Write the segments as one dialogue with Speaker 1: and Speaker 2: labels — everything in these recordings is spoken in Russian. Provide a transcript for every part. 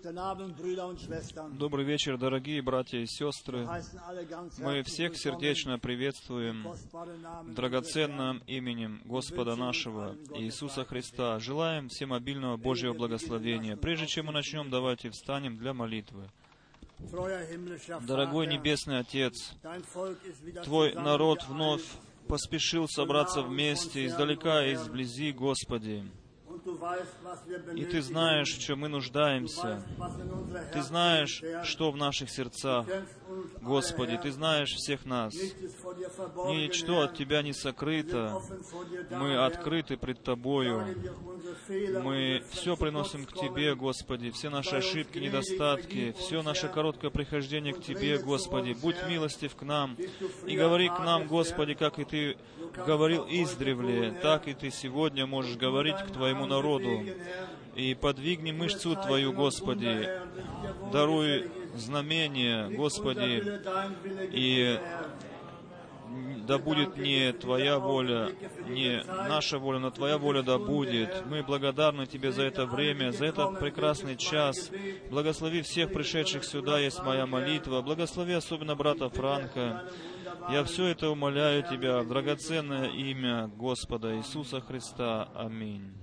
Speaker 1: Добрый вечер, дорогие братья и сестры. Мы всех сердечно приветствуем драгоценным именем Господа нашего Иисуса Христа. Желаем всем обильного Божьего благословения. Прежде чем мы начнем, давайте встанем для молитвы. Дорогой Небесный Отец, Твой народ вновь поспешил собраться вместе, издалека и изблизи, Господи. И Ты знаешь, в чем мы нуждаемся. Ты знаешь, что в наших сердцах. Господи, Ты знаешь всех нас. Ничто от Тебя не сокрыто. Мы открыты пред Тобою. Мы все приносим к Тебе, Господи. Все наши ошибки, недостатки, все наше короткое прихождение к Тебе, Господи. Будь милостив к нам и говори к нам, Господи, как и Ты говорил издревле, так и Ты сегодня можешь говорить к Твоему народу. И подвигни мышцу Твою, Господи, даруй знамение, Господи, и да будет не Твоя воля, не наша воля, но Твоя воля да будет. Мы благодарны Тебе за это время, за этот прекрасный час. Благослови всех пришедших сюда, есть моя молитва. Благослови особенно брата Франка. Я все это умоляю Тебя в драгоценное имя Господа Иисуса Христа. Аминь.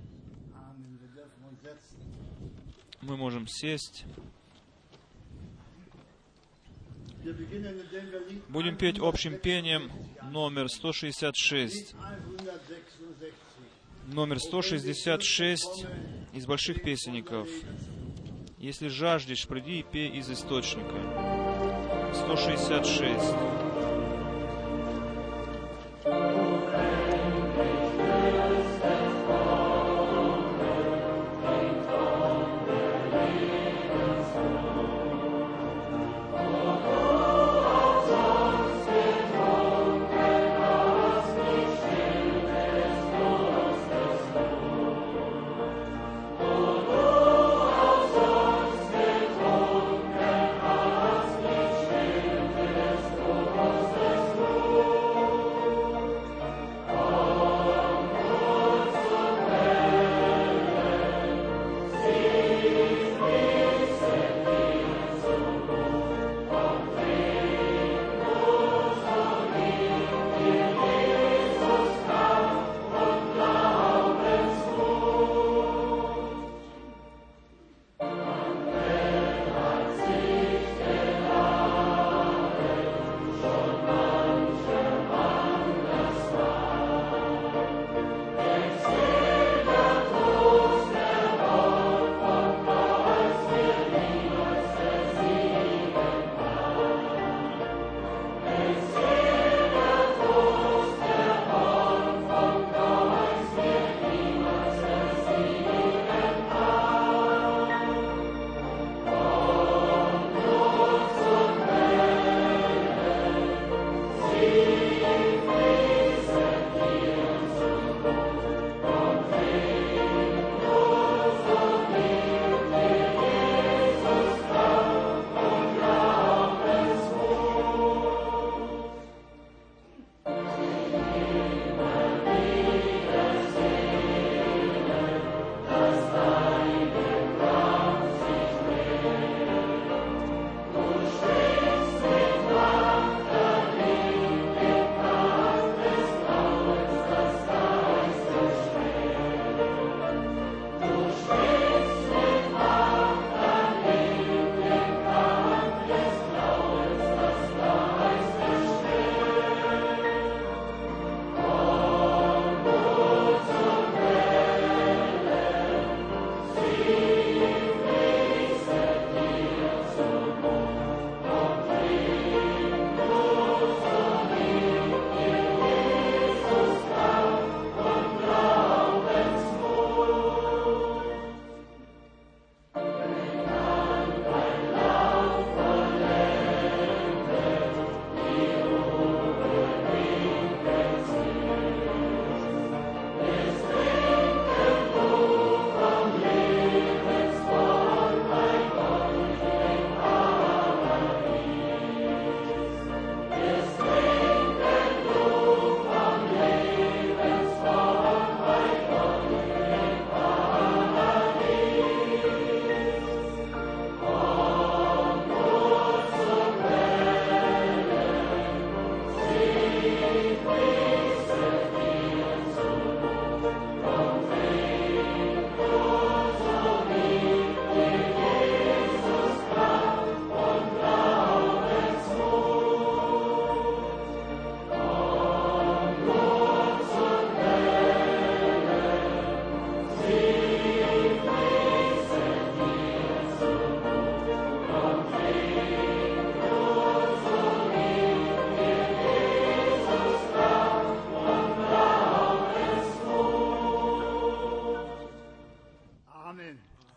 Speaker 1: Мы можем сесть. Будем петь общим пением номер 166. Номер 166 из больших песенников. «Если жаждешь, приди и пей из источника». 166.
Speaker 2: Oh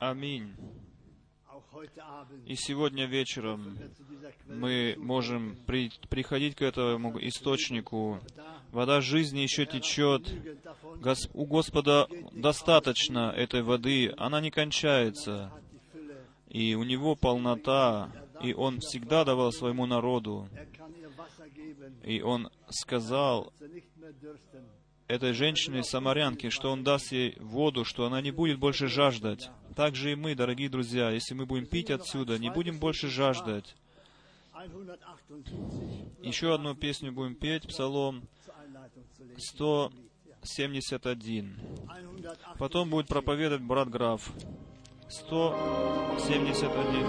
Speaker 1: Аминь. И сегодня вечером мы можем приходить к этому источнику. Вода жизни еще течет. У Господа достаточно этой воды, она не кончается. И у Него полнота, и Он всегда давал своему народу. И Он сказал этой женщине-самарянке, что Он даст ей воду, что она не будет больше жаждать. Так же и мы, дорогие друзья, если мы будем пить отсюда, не будем больше жаждать. Еще одну песню будем петь, Псалом 171. Потом будет проповедовать брат Граф. 171.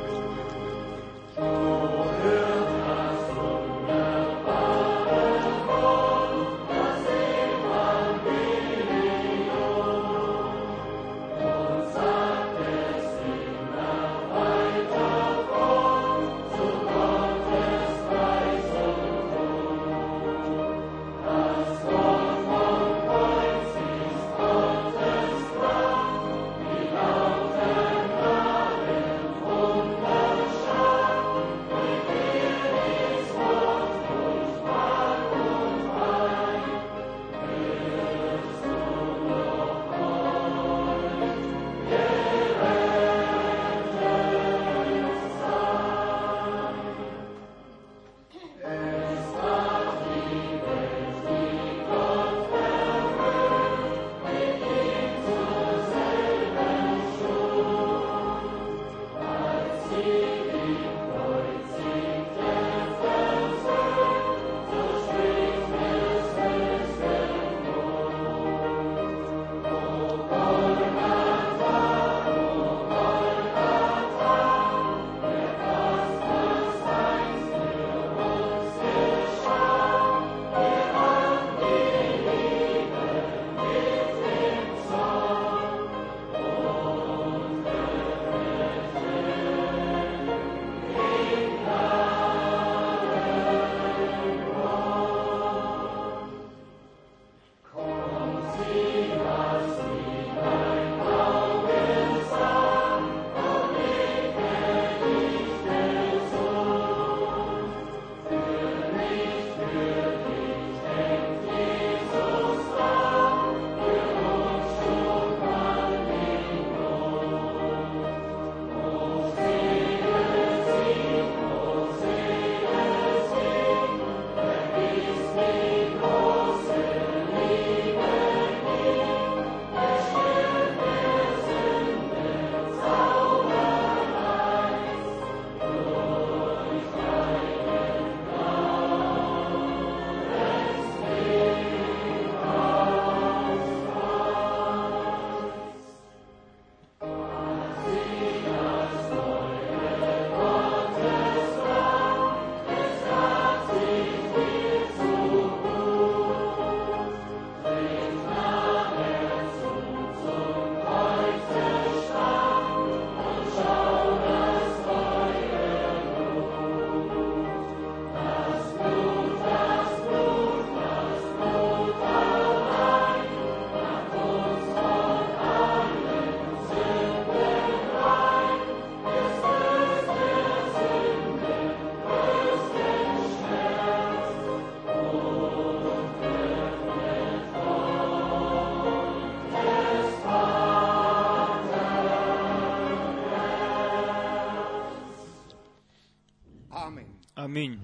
Speaker 1: Аминь.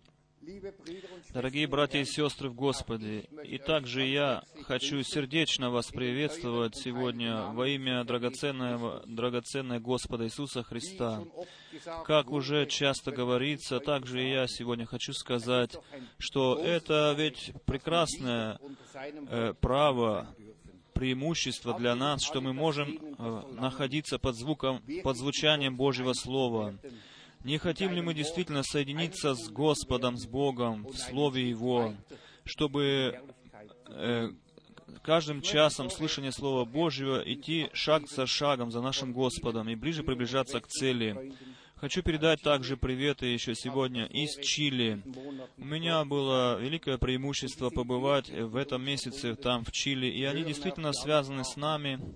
Speaker 1: Дорогие братья и сестры в Господе, и также я хочу сердечно вас приветствовать сегодня во имя драгоценного Господа Иисуса Христа. Как уже часто говорится, также и я сегодня хочу сказать, что это ведь прекрасное право, преимущество для нас, что мы можем находиться под звучанием Божьего Слова. Не хотим ли мы действительно соединиться с Господом, с Богом, в Слове Его, чтобы каждым часом слышания Слова Божьего идти шаг за шагом за нашим Господом и ближе приближаться к цели? Хочу передать также приветы еще сегодня из Чили. У меня было великое преимущество побывать в этом месяце там, в Чили, и они действительно связаны с нами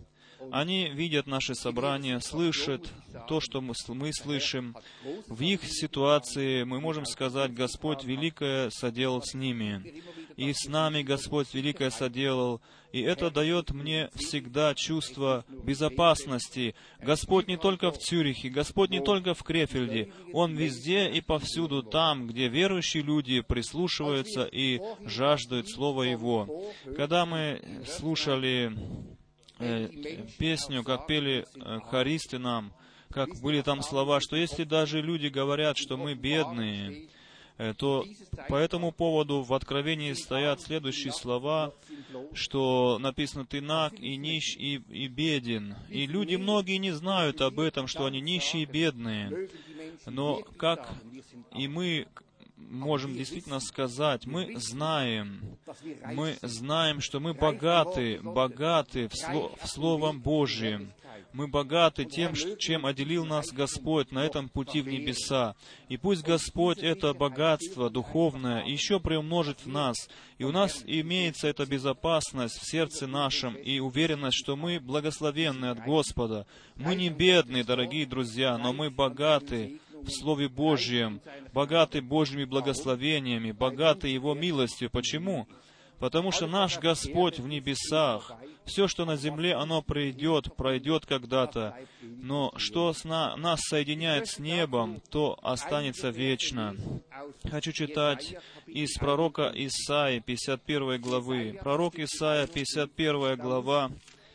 Speaker 1: Они видят наши собрания, слышат то, что мы слышим. В их ситуации мы можем сказать: Господь великое соделал с ними. И с нами Господь великое соделал. И это дает мне всегда чувство безопасности. Господь не только в Цюрихе, Господь не только в Крефельде. Он везде и повсюду там, где верующие люди прислушиваются и жаждут Слова Его. Когда мы слушали песню, как пели хористы нам, как были там слова, что если даже люди говорят, что мы бедные, то по этому поводу в Откровении стоят следующие слова, что написано: «Ты наг и нищ и беден». И люди многие не знают об этом, что они нищие и бедные. Но как и мы можем действительно сказать, мы знаем, что мы богаты в Словом Божьим. Мы богаты тем, чем отделил нас Господь на этом пути в небеса. И пусть Господь это богатство духовное еще приумножит в нас. И у нас имеется эта безопасность в сердце нашем и уверенность, что мы благословенны от Господа. Мы не бедны, дорогие друзья, но мы богаты в Слове Божьем, богаты Божьими благословениями, богаты Его милостью. Почему? Потому что наш Господь в небесах. Все, что на земле, оно пройдет когда-то. Но что нас соединяет с небом, то останется вечно. Хочу читать из пророка Исаии, 51 главы. Пророк Исаия, 51 глава.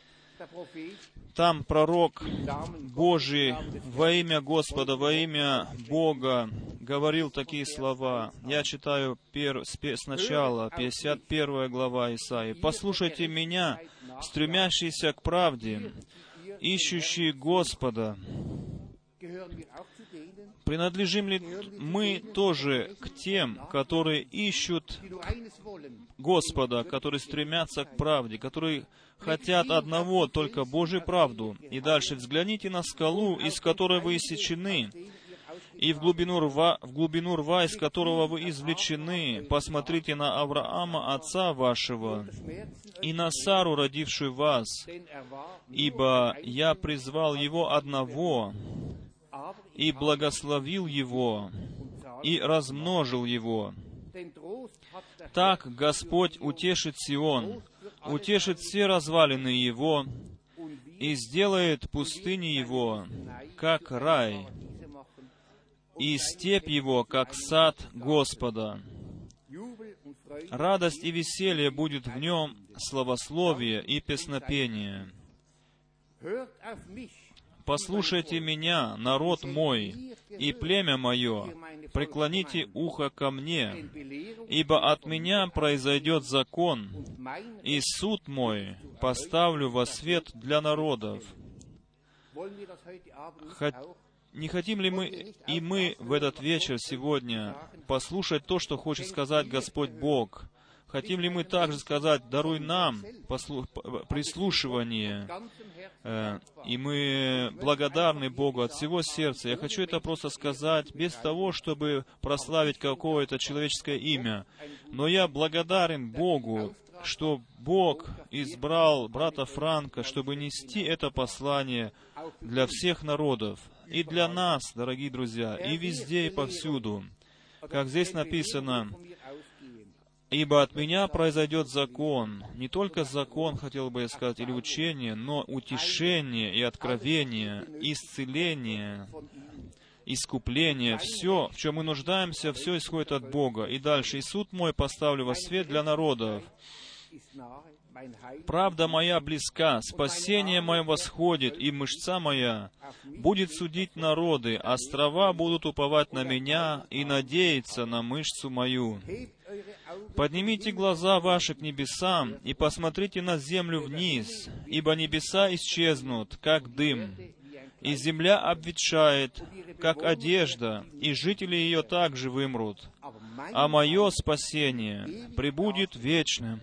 Speaker 1: Там пророк Божий во имя Господа, во имя Бога говорил такие слова. Я читаю сначала, 51 глава Исаии. «Послушайте меня, стремящиеся к правде, ищущие Господа». Принадлежим ли мы тоже к тем, которые ищут Господа, которые стремятся к правде, которые хотят одного, только Божью правду? И дальше: «Взгляните на скалу, из которой вы иссечены, и в глубину рва, из которого вы извлечены. Посмотрите на Авраама, отца вашего, и на Сару, родившую вас, ибо я призвал его одного, и благословил его, и размножил его. Так Господь утешит Сион, утешит все развалины его, и сделает пустыни его, как рай, и степь его, как сад Господа. Радость и веселье будет в нем, славословие и песнопение. Послушайте меня, народ мой, и племя мое, преклоните ухо ко мне, ибо от меня произойдет закон, и суд мой поставлю во свет для народов». Не хотим ли мы в этот вечер сегодня послушать то, что хочет сказать Господь Бог? Хотим ли мы также сказать: «Даруй нам прислушивание», и мы благодарны Богу от всего сердца. Я хочу это просто сказать без того, чтобы прославить какое-то человеческое имя. Но я благодарен Богу, что Бог избрал брата Франка, чтобы нести это послание для всех народов. И для нас, дорогие друзья, и везде, и повсюду. Как здесь написано: «Ибо от меня произойдет закон». Не только закон, хотел бы я сказать, или учение, но утешение и откровение, исцеление, искупление. Все, в чем мы нуждаемся, все исходит от Бога. И дальше: «И суд мой поставлю во свет для народов. Правда моя близка, спасение мое восходит, и мышца моя будет судить народы. Острова будут уповать на меня и надеяться на мышцу мою. Поднимите глаза ваши к небесам и посмотрите на землю вниз, ибо небеса исчезнут, как дым, и земля обветшает, как одежда, и жители ее также вымрут. А мое спасение пребудет вечным,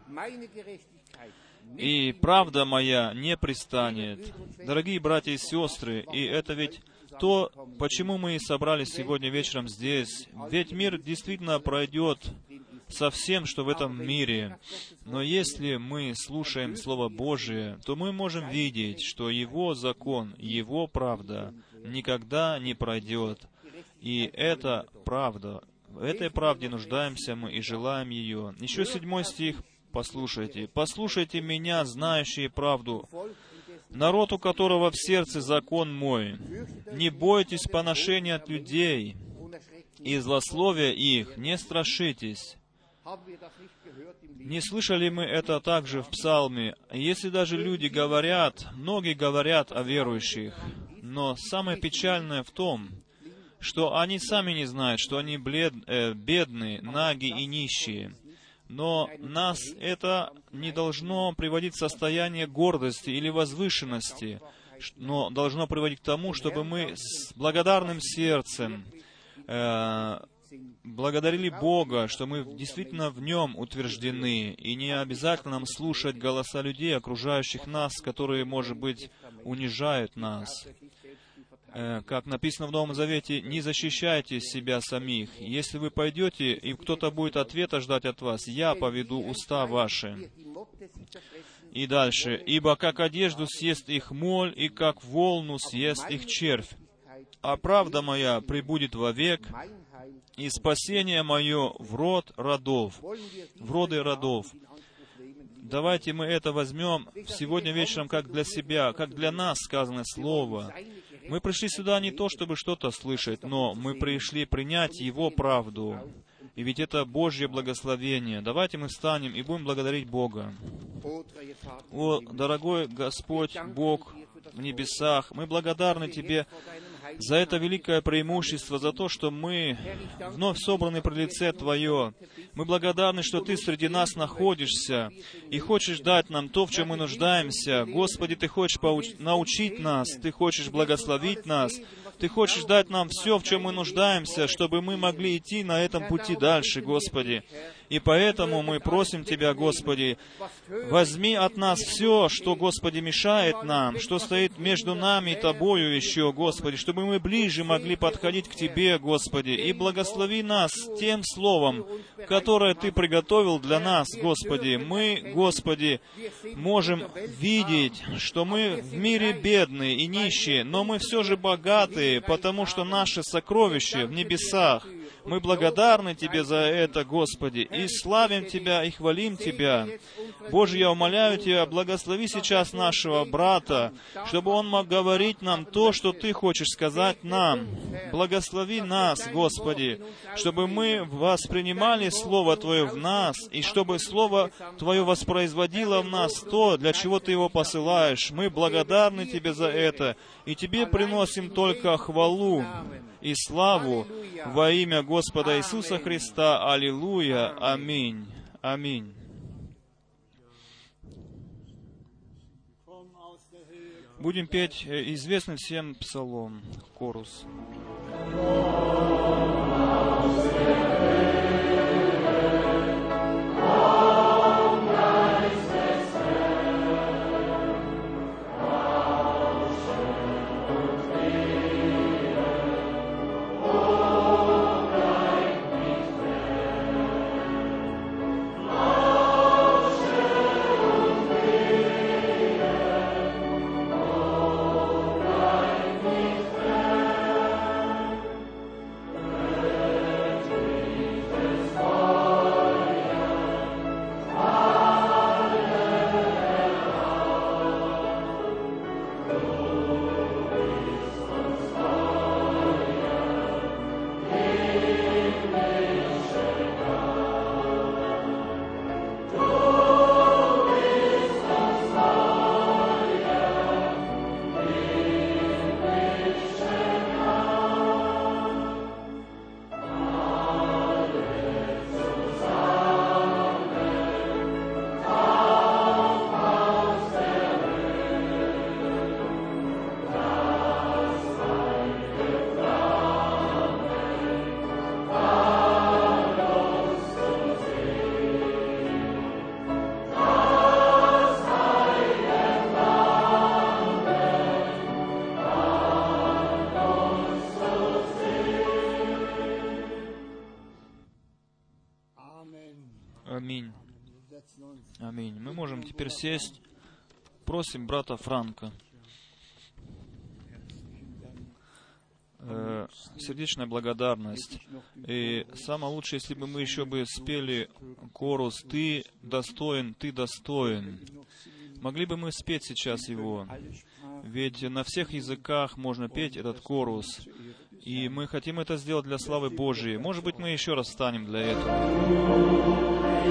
Speaker 1: и правда моя не пристанет». Дорогие братья и сестры, и это ведь то, почему мы и собрались сегодня вечером здесь. Ведь мир действительно пройдет со всем, что в этом мире. Но если мы слушаем Слово Божие, то мы можем видеть, что Его закон, Его правда никогда не пройдет. И это правда. В этой правде нуждаемся мы и желаем ее. Еще 7 стих послушайте. «Послушайте меня, знающие правду, народ, у которого в сердце закон мой. Не бойтесь поношения от людей, и злословия их не страшитесь». Не слышали мы это также в Псалме? Если даже люди говорят, многие говорят о верующих, но самое печальное в том, что они сами не знают, что они бедные, наги и нищие. Но нас это не должно приводить в состояние гордости или возвышенности, но должно приводить к тому, чтобы мы с благодарным сердцем благодарили Бога, что мы действительно в Нем утверждены, и не обязательно нам слушать голоса людей, окружающих нас, которые, может быть, унижают нас. Как написано в Новом Завете, не защищайте себя самих. Если вы пойдете, и кто-то будет ответа ждать от вас, я поведу уста ваши. И дальше. «Ибо как одежду съест их моль, и как волну съест их червь. А правда моя пребудет вовек, и спасение мое в род родов». В роды родов. Давайте мы это возьмем сегодня вечером как для себя, как для нас сказанное Слово. Мы пришли сюда не то, чтобы что-то слышать, но мы пришли принять Его правду. И ведь это Божье благословение. Давайте мы встанем и будем благодарить Бога. О, дорогой Господь, Бог в небесах, мы благодарны Тебе за это великое преимущество, за то, что мы вновь собраны при лице Твое. Мы благодарны, что Ты среди нас находишься и хочешь дать нам то, в чем мы нуждаемся. Господи, Ты хочешь научить нас, Ты хочешь благословить нас, Ты хочешь дать нам все, в чем мы нуждаемся, чтобы мы могли идти на этом пути дальше, Господи. И поэтому мы просим Тебя, Господи, возьми от нас все, что, Господи, мешает нам, что стоит между нами и Тобою еще, Господи, чтобы мы ближе могли подходить к Тебе, Господи, и благослови нас тем словом, которое Ты приготовил для нас, Господи. Мы, Господи, можем видеть, что мы в мире бедные и нищие, но мы все же богатые, потому что наше сокровище в небесах. Мы благодарны Тебе за это, Господи, и славим Тебя, и хвалим Тебя. Боже, я умоляю Тебя, благослови сейчас нашего брата, чтобы он мог говорить нам то, что Ты хочешь сказать нам. Благослови нас, Господи, чтобы мы воспринимали Слово Твое в нас, и чтобы Слово Твое воспроизводило в нас то, для чего Ты его посылаешь. Мы благодарны Тебе за это, и Тебе приносим только хвалу и славу во имя Господа Иисуса Христа. Аллилуйя. Аминь. Аминь. Будем петь известный всем псалом, хорус. теперь сесть. Просим брата Франка. Сердечная благодарность. И самое лучшее, если бы мы еще бы спели хорус «Ты достоин, Ты достоин». Могли бы мы спеть сейчас его? Ведь на всех языках можно петь этот хорус. И мы хотим это сделать для славы Божией. Может быть, мы еще раз встанем для этого.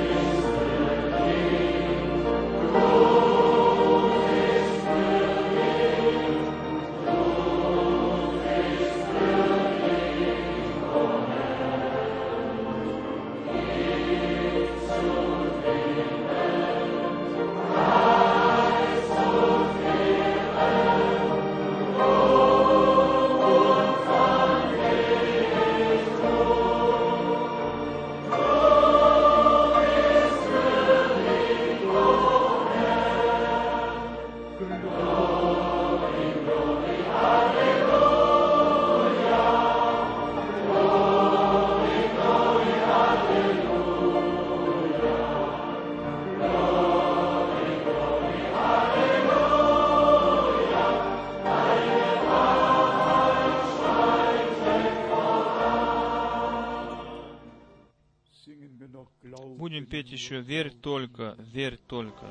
Speaker 1: Будем петь еще «Верь только, верь только».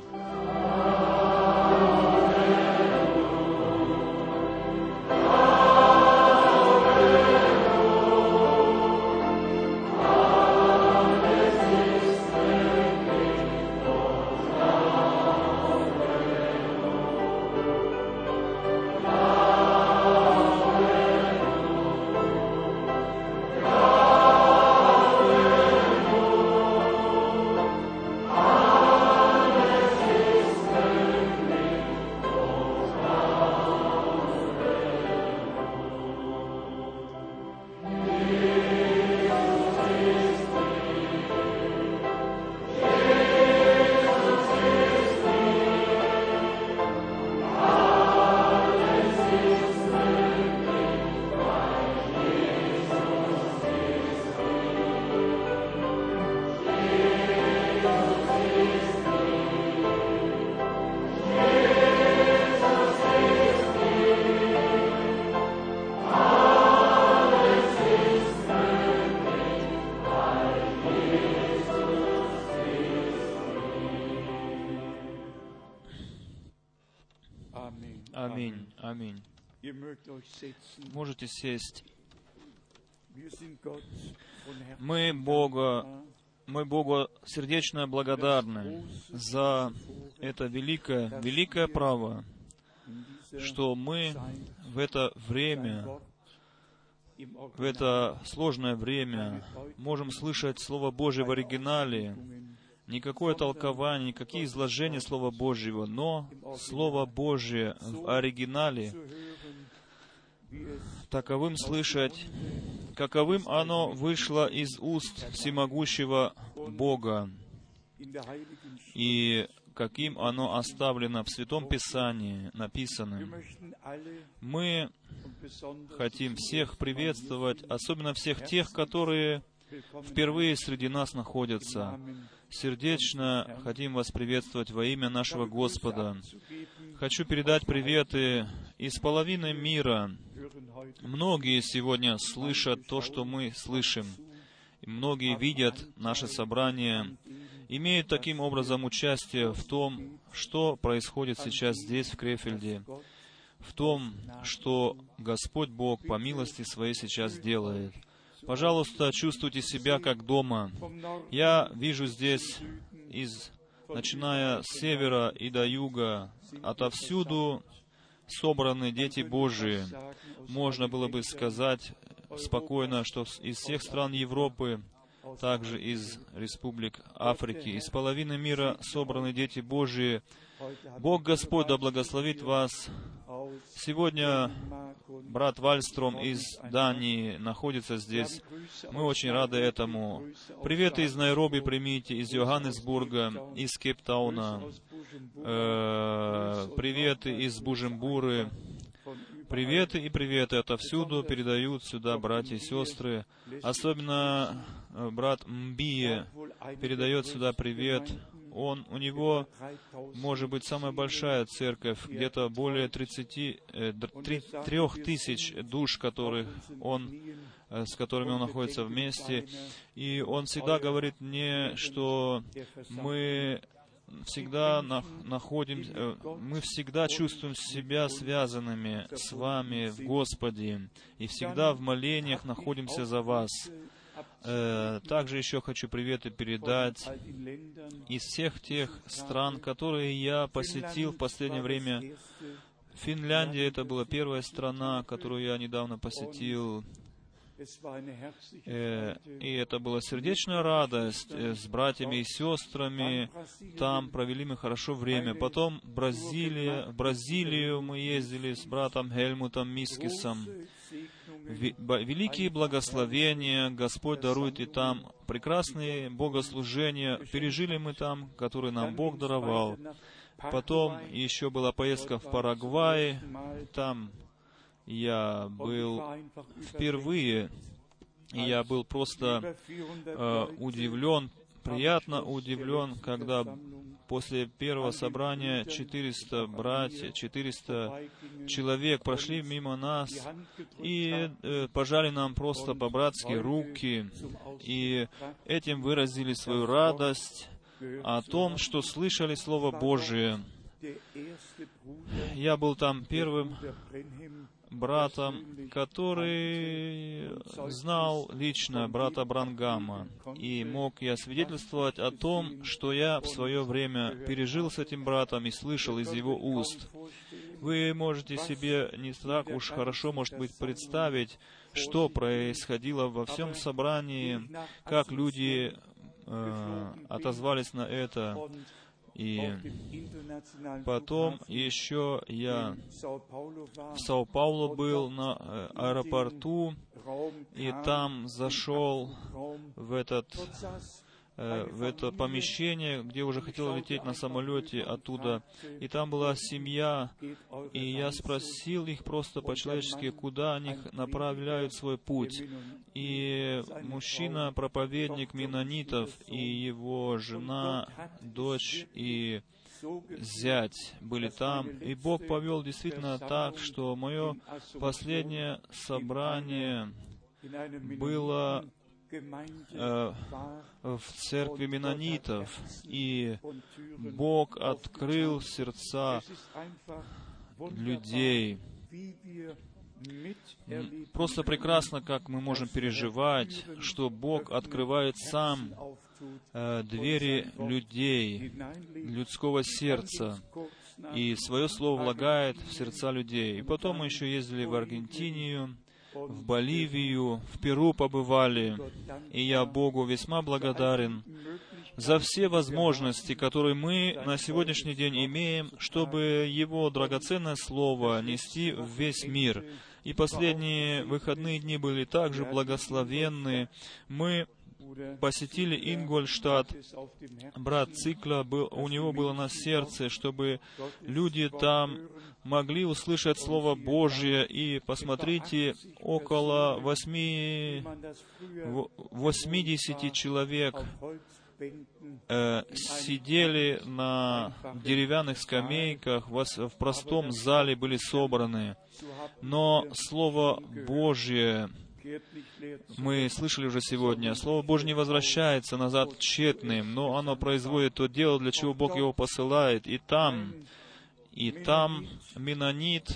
Speaker 1: Аминь. Аминь. Можете сесть. Мы Богу сердечно благодарны за это великое право, что мы в это время, в это сложное время можем слышать Слово Божие в оригинале. Никакое толкование, никакие изложения Слова Божьего, но Слово Божие в оригинале, таковым слышать, каковым оно вышло из уст всемогущего Бога, и каким оно оставлено в Святом Писании, написанным. Мы хотим всех приветствовать, особенно всех тех, которые впервые среди нас находятся. Сердечно хотим вас приветствовать во имя нашего Господа. Хочу передать приветы из половины мира. Многие сегодня слышат то, что мы слышим. И многие видят наше собрание, имеют таким образом участие в том, что происходит сейчас здесь, в Крефельде, в том, что Господь Бог по милости Своей сейчас делает. Пожалуйста, чувствуйте себя как дома. Я вижу здесь, начиная с севера и до юга, отовсюду собраны дети Божии. Можно было бы сказать спокойно, что из всех стран Европы, также из республик Африки, из половины мира собраны дети Божии. Бог Господь да благословит вас. Сегодня брат Вальстром из Дании находится здесь. Мы очень рады этому. Приветы из Найроби примите, из Йоханнесбурга, из Кейптауна. Приветы из Бужембуры. Приветы и приветы отовсюду передают сюда братья и сестры. Особенно брат Мбие передает сюда привет. у него, может быть, самая большая церковь, где-то более 3 тысяч душ, с которыми он находится вместе. И он всегда говорит мне, что мы всегда мы всегда чувствуем себя связанными с вами в Господе, и всегда в молениях находимся за вас. Также еще хочу приветы передать из всех тех стран, которые я посетил в последнее время. Финляндия — это была первая страна, которую я недавно посетил. И это была сердечная радость с братьями и сестрами. Там провели мы хорошо время. Потом в Бразилию мы ездили с братом Хельмутом Мискисом. Великие благословения Господь дарует и там. Прекрасные богослужения пережили мы там, которые нам Бог даровал. Потом еще была поездка в Парагвай. Там я был впервые, и я был просто удивлен, приятно удивлен, когда после первого собрания 400 братьев, 400 человек прошли мимо нас и пожали нам просто по-братски руки, и этим выразили свою радость о том, что слышали Слово Божие. Я был там первым братом, который знал лично брата Бранхама, и мог я свидетельствовать о том, что я в свое время пережил с этим братом и слышал из его уст. Вы можете себе не так уж хорошо, может быть, представить, что происходило во всем собрании, как люди отозвались на это. И потом еще я в Сан-Паулу был на аэропорту, и там зашел в это помещение, где уже хотел лететь на самолете оттуда. И там была семья, и я спросил их просто по-человечески, куда они направляют свой путь. И мужчина, проповедник меннонитов, и его жена, дочь и зять были там. И Бог повел действительно так, что мое последнее собрание было в церкви меннонитов, и Бог открыл сердца людей. Просто прекрасно, как мы можем переживать, что Бог открывает сам двери людей, людского сердца, и свое слово влагает в сердца людей. И потом мы еще ездили в Аргентину, в Боливию, в Перу побывали, и я Богу весьма благодарен за все возможности, которые мы на сегодняшний день имеем, чтобы Его драгоценное Слово нести в весь мир. И последние выходные дни были также благословенны. Мы посетили Ингольштадт. Брат Цикла, у него было на сердце, чтобы люди там могли услышать Слово Божье. И посмотрите, около 80 человек сидели на деревянных скамейках, в простом зале были собраны. Но Слово Божье, мы слышали уже сегодня, Слово Божье не возвращается назад тщетным, но оно производит то дело, для чего Бог его посылает. И там меннонит,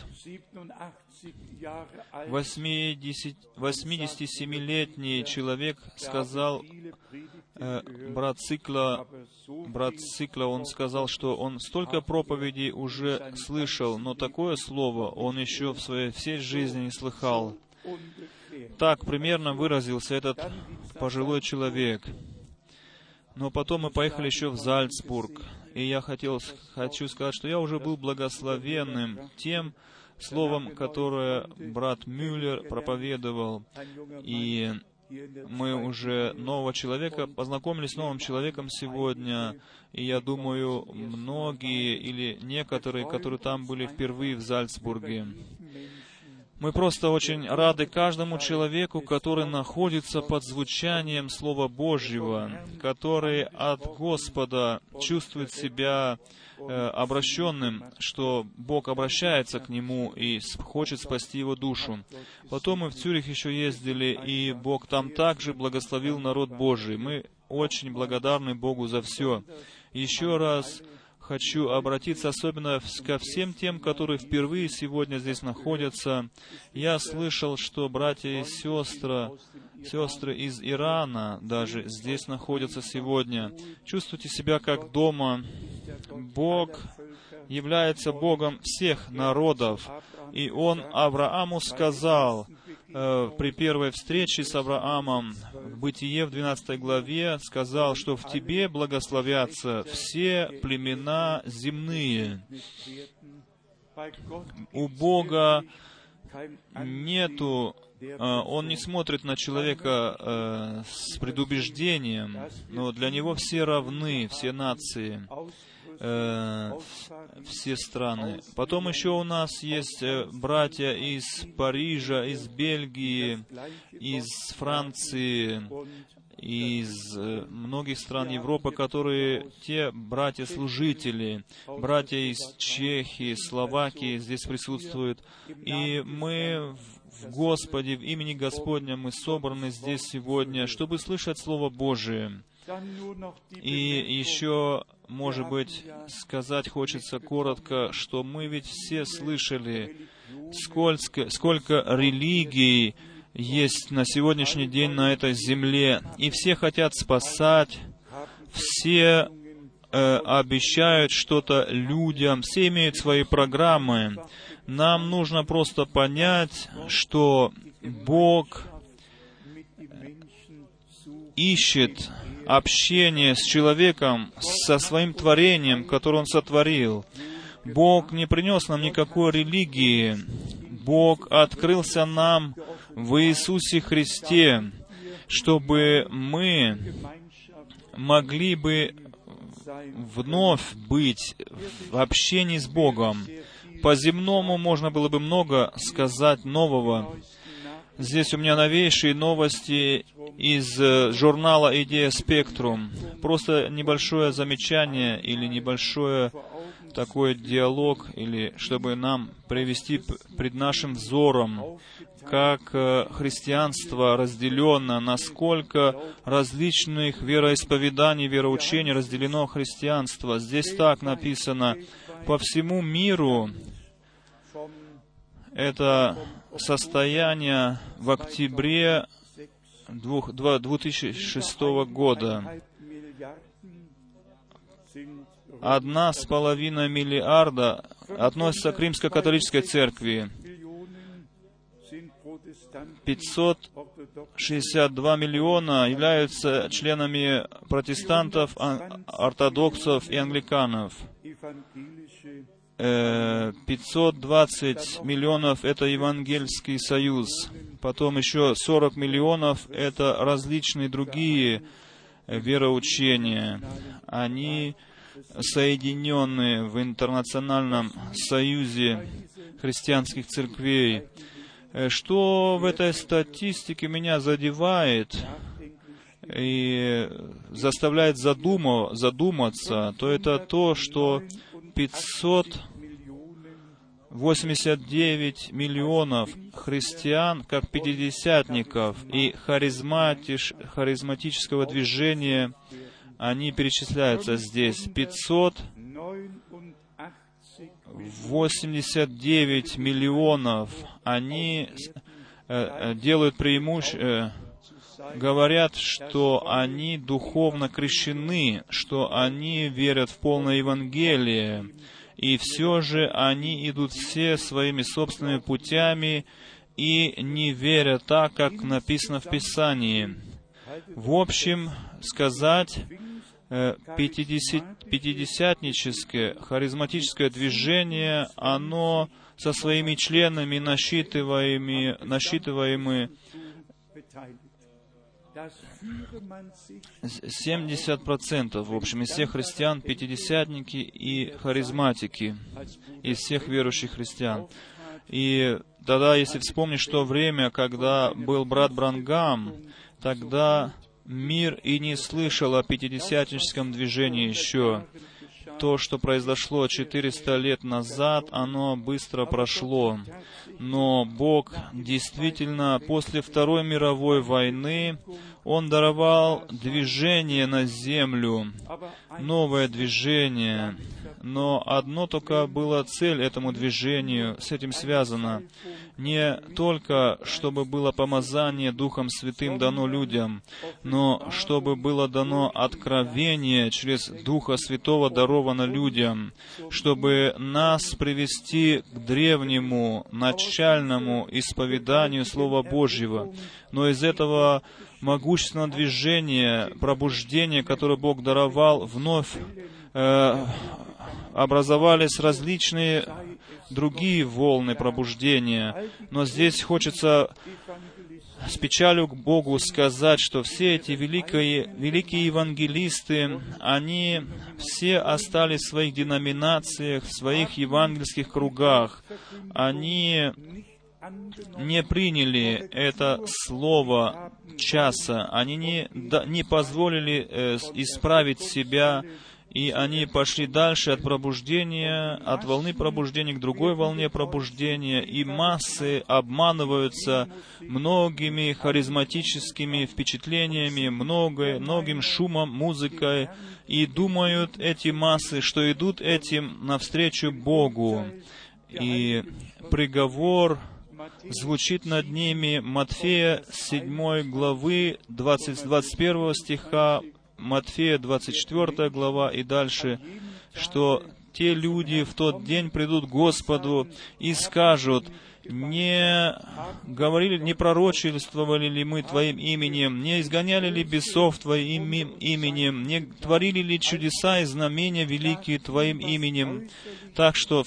Speaker 1: 87-летний человек сказал, брат Цикла, он сказал, что он столько проповедей уже слышал, но такое слово он еще в своей всей жизни не слыхал. Так примерно выразился этот пожилой человек. Но потом мы поехали еще в Зальцбург, и я хочу сказать, что я уже был благословенным тем словом, которое брат Мюллер проповедовал, и мы уже познакомились с новым человеком сегодня, и я думаю, многие или некоторые, которые там были впервые в Зальцбурге, Мы просто очень рады каждому человеку, который находится под звучанием Слова Божьего, который от Господа чувствует себя обращенным, что Бог обращается к нему и хочет спасти его душу. Потом мы в Цюрих еще ездили, и Бог там также благословил народ Божий. Мы очень благодарны Богу за все. Еще раз хочу обратиться особенно ко всем тем, которые впервые сегодня здесь находятся. Я слышал, что братья и сестры из Ирана даже здесь находятся сегодня. Чувствуйте себя как дома. Бог является Богом всех народов. И Он Аврааму сказал, при первой встрече с Авраамом, в Бытие в 12 главе, сказал, что в тебе благословятся все племена земные. У Бога нету, Он не смотрит на человека с предубеждением, но для Него все равны, все нации, все страны. Потом еще у нас есть братья из Парижа, из Бельгии, из Франции, из многих стран Европы, которые те братья-служители, братья из Чехии, Словакии здесь присутствуют. И мы в Господе, в имени Господня мы собраны здесь сегодня, чтобы слышать Слово Божие. И еще, может быть, сказать хочется коротко, что мы ведь все слышали, сколько религий есть на сегодняшний день на этой земле, и все хотят спасать, все обещают что-то людям, все имеют свои программы. Нам нужно просто понять, что Бог ищет общение с человеком, со своим творением, которое Он сотворил. Бог не принес нам никакой религии. Бог открылся нам в Иисусе Христе, чтобы мы могли бы вновь быть в общении с Богом. По-земному можно было бы много сказать нового. Здесь у меня новейшие новости из журнала «Идея Спектрум». Просто небольшое замечание или небольшое такой диалог, или чтобы нам привести пред нашим взором, как христианство разделено, насколько различных вероисповеданий, вероучений разделено христианство. Здесь так написано: по всему миру это состояние в октябре 2006 года. 1,5 миллиарда относится к Римско-католической церкви. 562 миллиона являются членами протестантов, ортодоксов и англиканов. 520 миллионов — это Евангельский союз. Потом еще 40 миллионов — это различные другие вероучения. Они соединены в интернациональном союзе христианских церквей. Что в этой статистике меня задевает и заставляет задуматься, то это то, что 589 миллионов христиан, как пятидесятников и харизматического движения, они перечисляются здесь. 589 миллионов, они делают говорят, что они духовно крещены, что они верят в полное Евангелие, и все же они идут все своими собственными путями и не верят так, как написано в Писании. В общем, сказать, пятидесятническое, харизматическое движение, оно со своими членами насчитываемы 70%, в общем, из всех христиан, пятидесятники и харизматики, из всех верующих христиан. И тогда, если вспомнишь то время, когда был брат Бранхам, тогда мир и не слышал о пятидесятническом движении еще. То, что произошло 400 лет назад, оно быстро прошло. Но Бог действительно после Второй мировой войны, Он даровал движение на землю, новое движение. Но одно только было цель этому движению, с этим связано. Не только, чтобы было помазание Духом Святым дано людям, но чтобы было дано откровение через Духа Святого даровано людям, чтобы нас привести к древнему, начальному исповеданию Слова Божьего. Но из этого могущественного движения, пробуждения, которое Бог даровал, вновь образовались различные другие волны пробуждения. Но здесь хочется с печалью к Богу сказать, что все эти великие евангелисты, они все остались в своих деноминациях, в своих евангельских кругах. Они не приняли это слово часа, они не позволили исправить себя, и они пошли дальше от пробуждения, от волны пробуждения к другой волне пробуждения, и массы обманываются многими харизматическими впечатлениями, многим шумом, музыкой, и думают эти массы, что идут этим навстречу Богу. И приговор звучит над ними Матфея 7 главы 21 стиха, Матфея 24 глава и дальше, что те люди в тот день придут к Господу и скажут: не говорили, не пророчествовали ли мы Твоим именем, не изгоняли ли бесов Твоим именем, не творили ли чудеса и знамения великие Твоим именем. Так что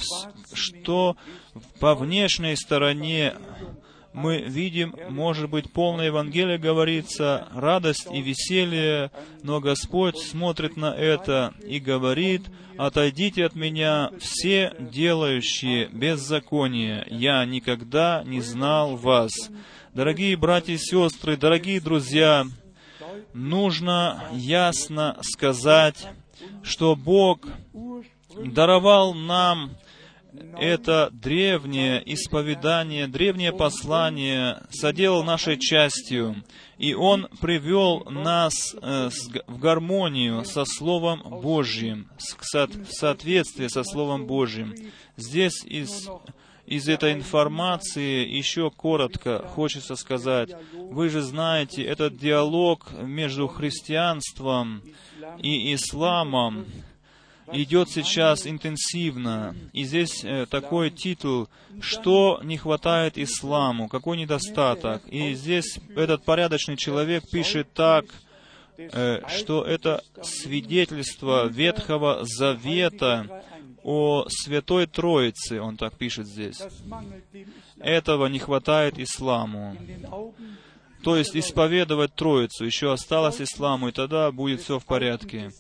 Speaker 1: по внешней стороне мы видим, может быть, полное Евангелие говорится, радость и веселье, но Господь смотрит на это и говорит: «Отойдите от меня, все делающие беззаконие, я никогда не знал вас». Дорогие братья и сестры, дорогие друзья, нужно ясно сказать, что Бог даровал нам это древнее исповедание, древнее послание, соделал нашей частью, и Он привел нас в гармонию со Словом Божьим, в соответствии со Словом Божьим. Здесь из этой информации еще коротко хочется сказать. Вы же знаете, этот диалог между христианством и исламом идет сейчас интенсивно. И здесь такой титул: «Что не хватает исламу? Какой недостаток?» И здесь этот порядочный человек пишет так, что это свидетельство Ветхого Завета о Святой Троице, он так пишет здесь. Этого не хватает исламу. То есть исповедовать Троицу еще осталось исламу, и тогда будет все в порядке.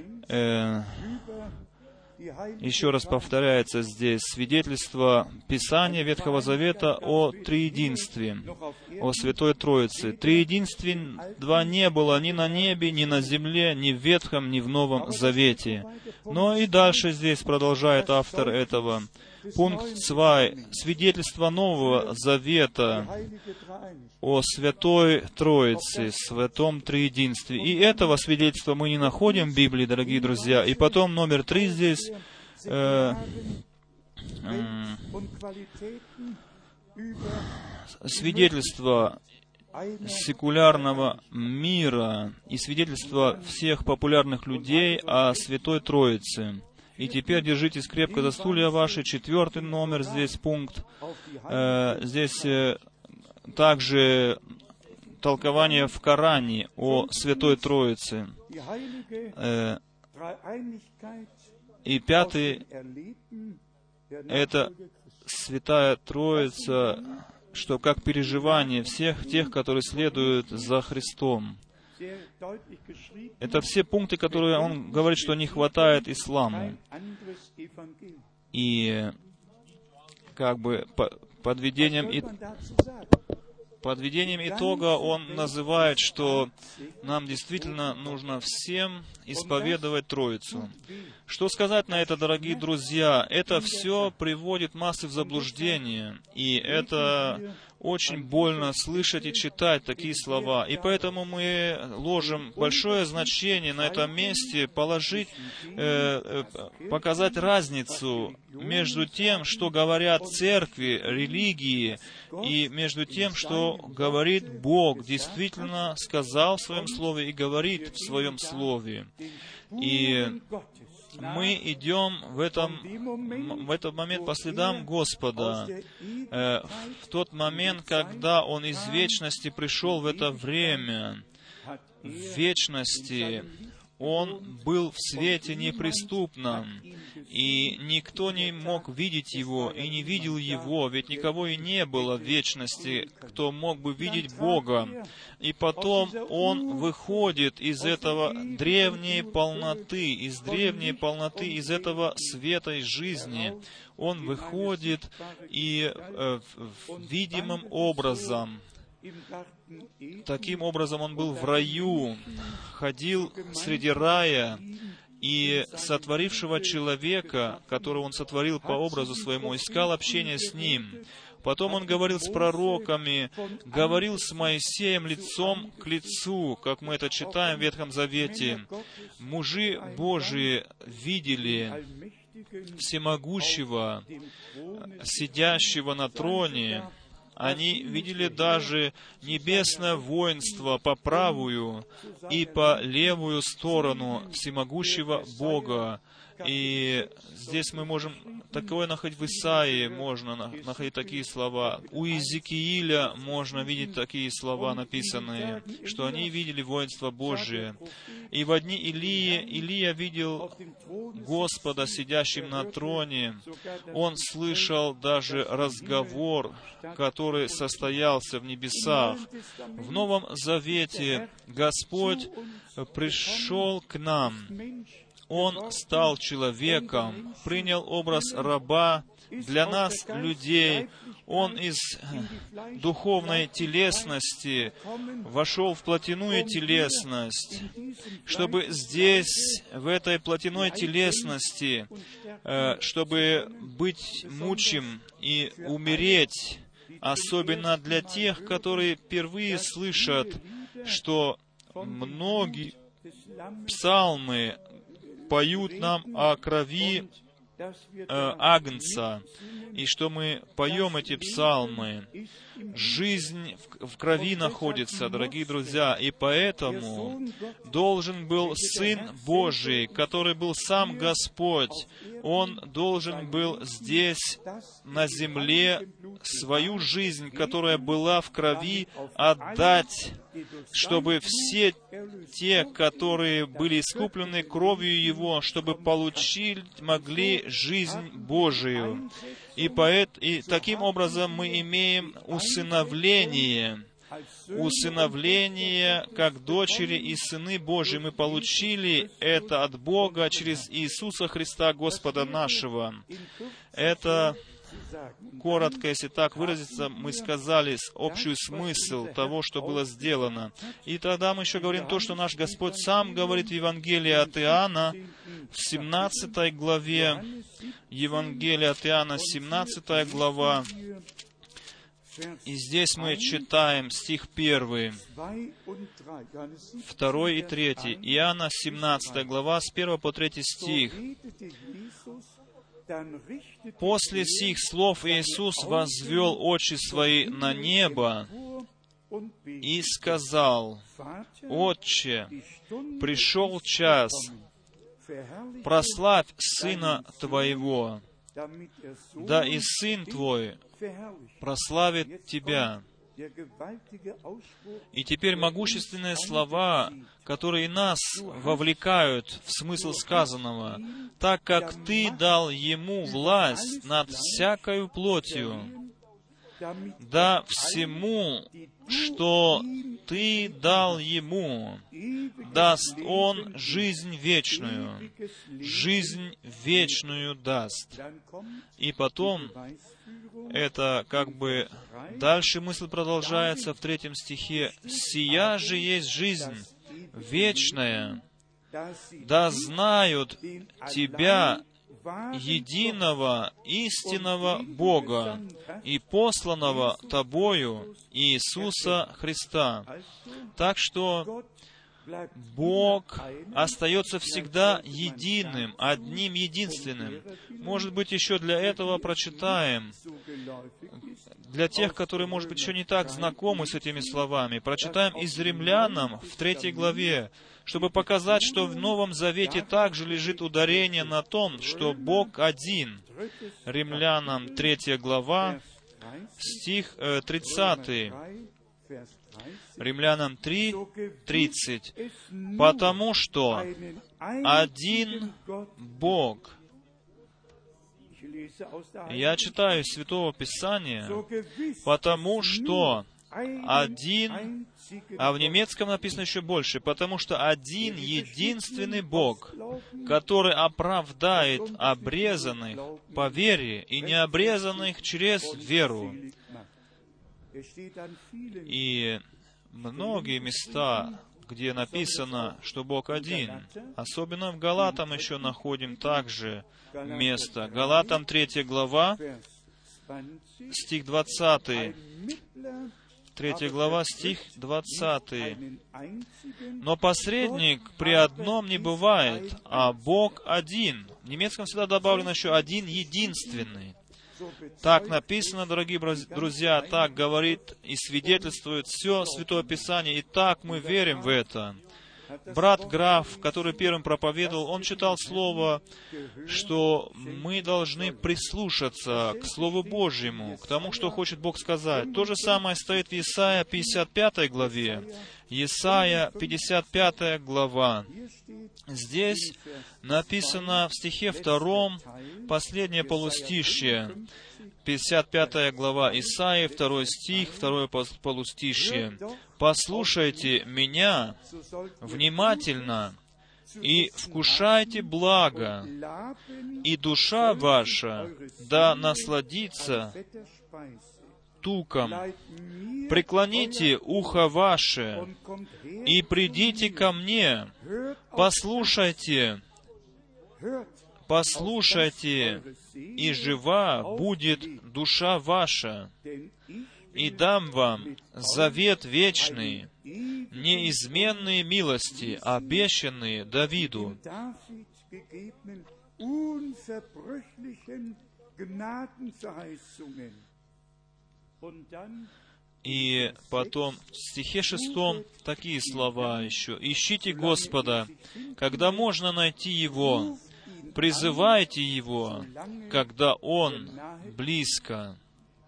Speaker 1: Еще раз повторяется здесь свидетельство Писания Ветхого Завета о Триединстве, о Святой Троице. Триединства не было ни на небе, ни на земле, ни в Ветхом, ни в Новом Завете. Но и дальше здесь продолжает автор этого. Пункт 2. Свидетельство Нового Завета о Святой Троице, Святом Триединстве. И этого свидетельства мы не находим в Библии, дорогие друзья. И потом номер 3 здесь. Свидетельство секулярного мира и свидетельство всех популярных людей о Святой Троице. И теперь держитесь крепко за стулья ваши. 4 номер, здесь пункт. Здесь также толкование в Коране о Святой Троице. И 5 это Святая Троица, что как переживание всех тех, которые следуют за Христом. Это все пункты, которые он говорит, что не хватает исламу. И как бы Подведением итога он называет, что нам действительно нужно всем исповедовать Троицу. Что сказать на это, дорогие друзья? Это все приводит массы в заблуждение, и это очень больно слышать и читать такие слова. И поэтому мы ложим большое значение на этом месте показать разницу между тем, что говорят церкви, религии, и между тем, что говорит Бог, действительно сказал в Своем Слове и говорит в Своем Слове. И мы идем в этот момент по следам Господа. В тот момент, когда Он из вечности пришел в это время, в вечности Он был в свете неприступном, и никто не мог видеть Его, и не видел Его, ведь никого и не было в вечности, кто мог бы видеть Бога. И потом Он выходит из этого древней полноты, из этого света и жизни. Он выходит и видимым образом, таким образом Он был в раю, ходил среди рая, и сотворившего человека, которого Он сотворил по образу Своему, искал общение с Ним. Потом Он говорил с пророками, говорил с Моисеем лицом к лицу, как мы это читаем в Ветхом Завете. Мужи Божии видели всемогущего, сидящего на троне. Они видели даже небесное воинство по правую и по левую сторону всемогущего Бога. И здесь мы можем такое находить в Исаии, можно находить такие слова. У Иезекииля можно видеть такие слова написанные, что они видели воинство Божие. И в дни Илия видел Господа, сидящим на троне. Он слышал даже разговор, который состоялся в небесах. В Новом Завете Господь пришел к нам. Он стал человеком, принял образ раба для нас, людей. Он из духовной телесности вошел в плотяную телесность, чтобы здесь, в этой плотяной телесности, чтобы быть мучим и умереть, особенно для тех, которые впервые слышат, что многие псалмы поют нам о крови Агнца, и что мы поем эти псалмы. Жизнь в крови находится, дорогие друзья, и поэтому должен был Сын Божий, который был сам Господь, Он должен был здесь, на земле, свою жизнь, которая была в крови, отдать, чтобы все те, которые были искуплены кровью Его, чтобы могли жизнь Божию. И таким образом мы имеем усыновление как дочери и сыны Божьи. Мы получили это от Бога через Иисуса Христа, Господа нашего. Это коротко, если так выразиться, мы сказали общий смысл того, что было сделано. И тогда мы еще говорим то, что наш Господь сам говорит в Евангелии от Иоанна, в 17 главе, Евангелие от Иоанна, 17 глава, и здесь мы читаем стих 1, 2 и 3, Иоанна, 17 глава, с 1 по 3 стих. «После сих слов Иисус возвел очи Свои на небо и сказал: Отче, пришел час, прославь Сына Твоего, да и Сын Твой прославит Тебя». И теперь могущественные слова, которые нас вовлекают в смысл сказанного, так как Ты дал Ему власть над всякою плотью, да всему, что Ты дал ему, даст он жизнь вечную даст». И потом, это дальше мысль продолжается в 3 стихе. «Сия же есть жизнь вечная, да знают Тебя, единого истинного Бога и посланного Тобою Иисуса Христа». Так что Бог остается всегда единым, одним единственным. Может быть, еще для этого прочитаем, для тех, которые, может быть, еще не так знакомы с этими словами, прочитаем из Римлянам в 3 главе, чтобы показать, что в Новом Завете также лежит ударение на том, что Бог один. Римлянам 3 глава, стих 30. Римлянам 3:30. «Потому что один Бог». Я читаю из Святого Писания. «Потому что один», а в немецком написано еще больше, «потому что один единственный Бог, который оправдает обрезанных по вере и необрезанных через веру». И многие места, где написано, что Бог один, особенно в Галатам еще находим также место. Галатам 3 глава, стих 20. 3 глава, стих 20. «Но посредник при одном не бывает, а Бог один». В немецком всегда добавлено еще «один единственный». Так написано, дорогие друзья, так говорит и свидетельствует все Святое Писание, и так мы верим в это. Брат Граф, который первым проповедовал, он читал Слово, что мы должны прислушаться к Слову Божьему, к тому, что хочет Бог сказать. То же самое стоит в Исаия 55 главе. Исаия 55 глава. Здесь написано в стихе 2, последнее полустишье. 55 глава Исаии, 2 стих, 2 полустишье. «Послушайте меня внимательно и вкушайте благо, и душа ваша да насладится туком. Преклоните ухо ваше и придите ко мне. Послушайте, и жива будет душа ваша, и дам вам завет вечный, неизменные милости, обещанные Давиду». И потом в стихе 6 такие слова еще. «Ищите Господа, когда можно найти Его, призывайте Его, когда Он близко.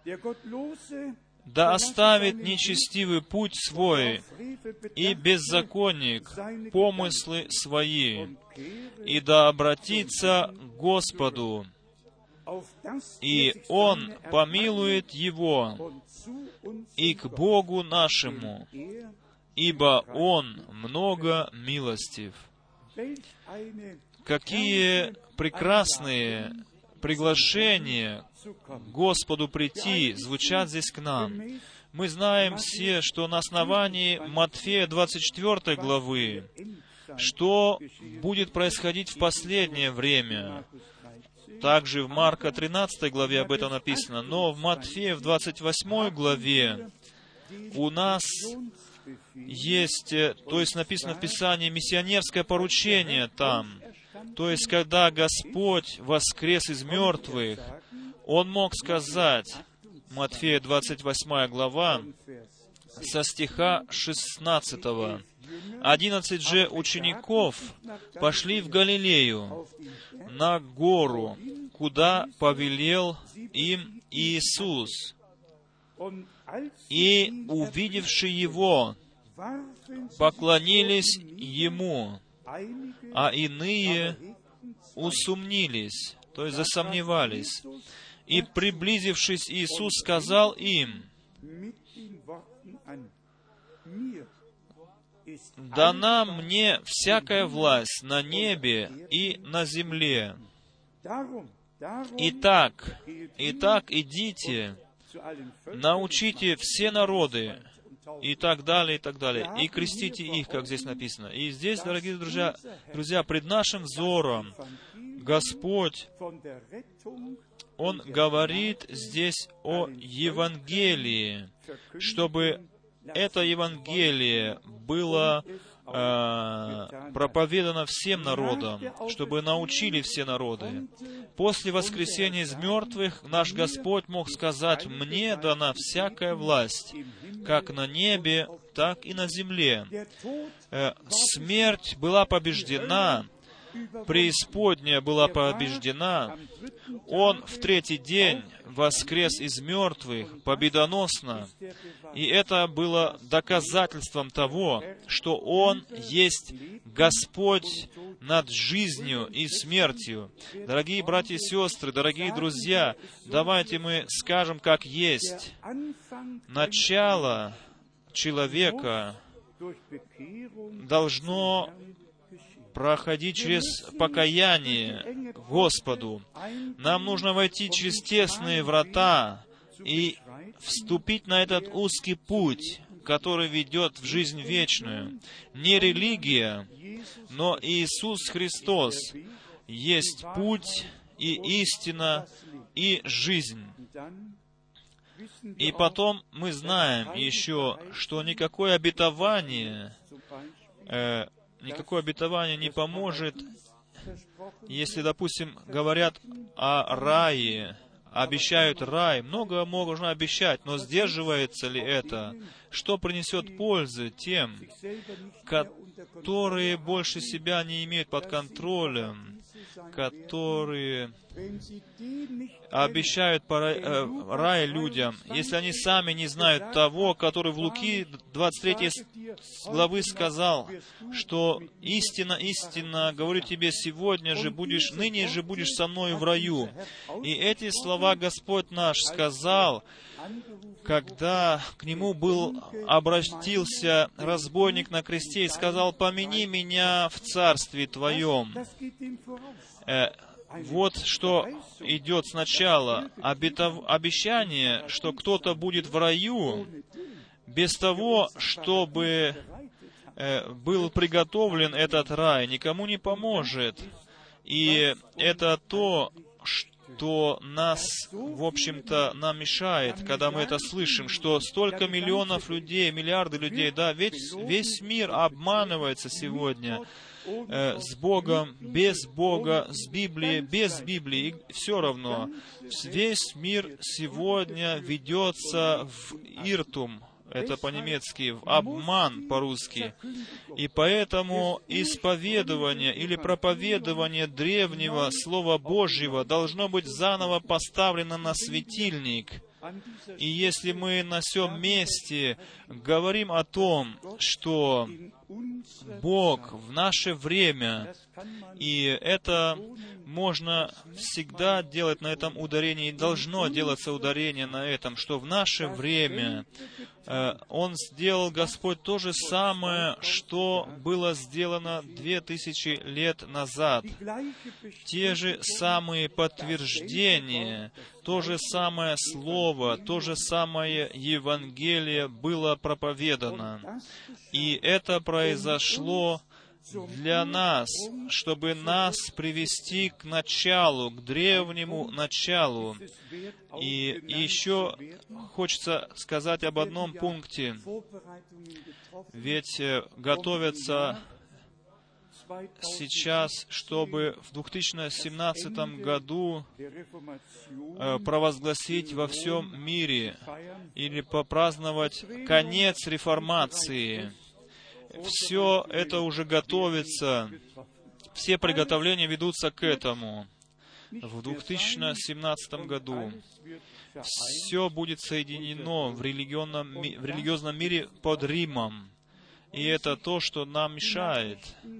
Speaker 1: Да оставит нечестивый путь свой, и беззаконник помыслы свои, и да обратится к Господу, и Он помилует его, и к Богу нашему, ибо Он много милостив». Какие прекрасные приглашения к Господу прийти звучат здесь к нам. Мы знаем все, что на основании Матфея 24 главы, что будет происходить в последнее время. Также в Марка 13 главе об этом написано, но в Матфея в 28 главе у нас есть, то есть написано в Писании, миссионерское поручение там. То есть, когда Господь воскрес из мертвых, Он мог сказать, Матфея 28 глава, со стиха 16. 11 же учеников пошли в Галилею, на гору, куда повелел им Иисус. И, увидевши Его, поклонились Ему, а иные усомнились, то есть засомневались. И, приблизившись, Иисус сказал им: «Дана мне всякая власть на небе и на земле. Итак, идите, научите все народы», и так далее, и крестите их, как здесь написано. И здесь, дорогие друзья, пред нашим взором Господь, Он говорит здесь о Евангелии, чтобы это Евангелие было проповедано всем народам, чтобы научили все народы. После воскресения из мертвых наш Господь мог сказать: «Мне дана всякая власть, как на небе, так и на земле». Смерть была побеждена, преисподняя была побеждена. Он в третий день воскрес из мертвых победоносно. И это было доказательством того, что Он есть Господь над жизнью и смертью. Дорогие братья и сестры, дорогие друзья, давайте мы скажем, как есть. Начало человека должно проходить через покаяние Господу. Нам нужно войти через тесные врата и вступить на этот узкий путь, который ведет в жизнь вечную. Не религия, но Иисус Христос есть путь и истина и жизнь. И потом мы знаем еще, что никакое обетование не поможет, если, допустим, говорят о рае, обещают рай. Много можно обещать, но сдерживается ли это? Что принесет пользы тем, которые больше себя не имеют под контролем, которые обещают рай людям, если они сами не знают того, который в Луки 23 главы сказал, что истинно, истинно, говорю тебе, ныне же будешь со мною в раю. И эти слова Господь наш сказал, когда к Нему обратился разбойник на кресте и сказал: «Помяни меня в царстве Твоем». Вот что идет сначала. Обещание, что кто-то будет в раю, без того, чтобы был приготовлен этот рай, никому не поможет. И это то, что нас, в общем-то, нам мешает, когда мы это слышим, что столько миллионов людей, миллиарды людей, да, весь мир обманывается сегодня с Богом, без Бога, с Библией, без Библии, и все равно. Весь мир сегодня ведется в иртум, это по-немецки, в обман по-русски. И поэтому исповедование или проповедование древнего Слова Божьего должно быть заново поставлено на светильник. И если мы на сём месте говорим о том, что Бог в наше время, и это можно всегда делать на этом ударение, и должно делаться ударение на этом, что в наше время Он сделал, Господь, то же самое, что было сделано 2000 лет назад. Те же самые подтверждения, то же самое Слово, то же самое Евангелие было проповедано. И это произошло для нас, чтобы нас привести к началу, к древнему началу. И еще хочется сказать об одном пункте. Ведь готовятся сейчас, чтобы в 2017 году провозгласить во всем мире или попраздновать конец реформации. Все это уже готовится, все приготовления ведутся к этому. В 2017 году все будет соединено в религиозном мире под Римом. И это то, что нам мешает.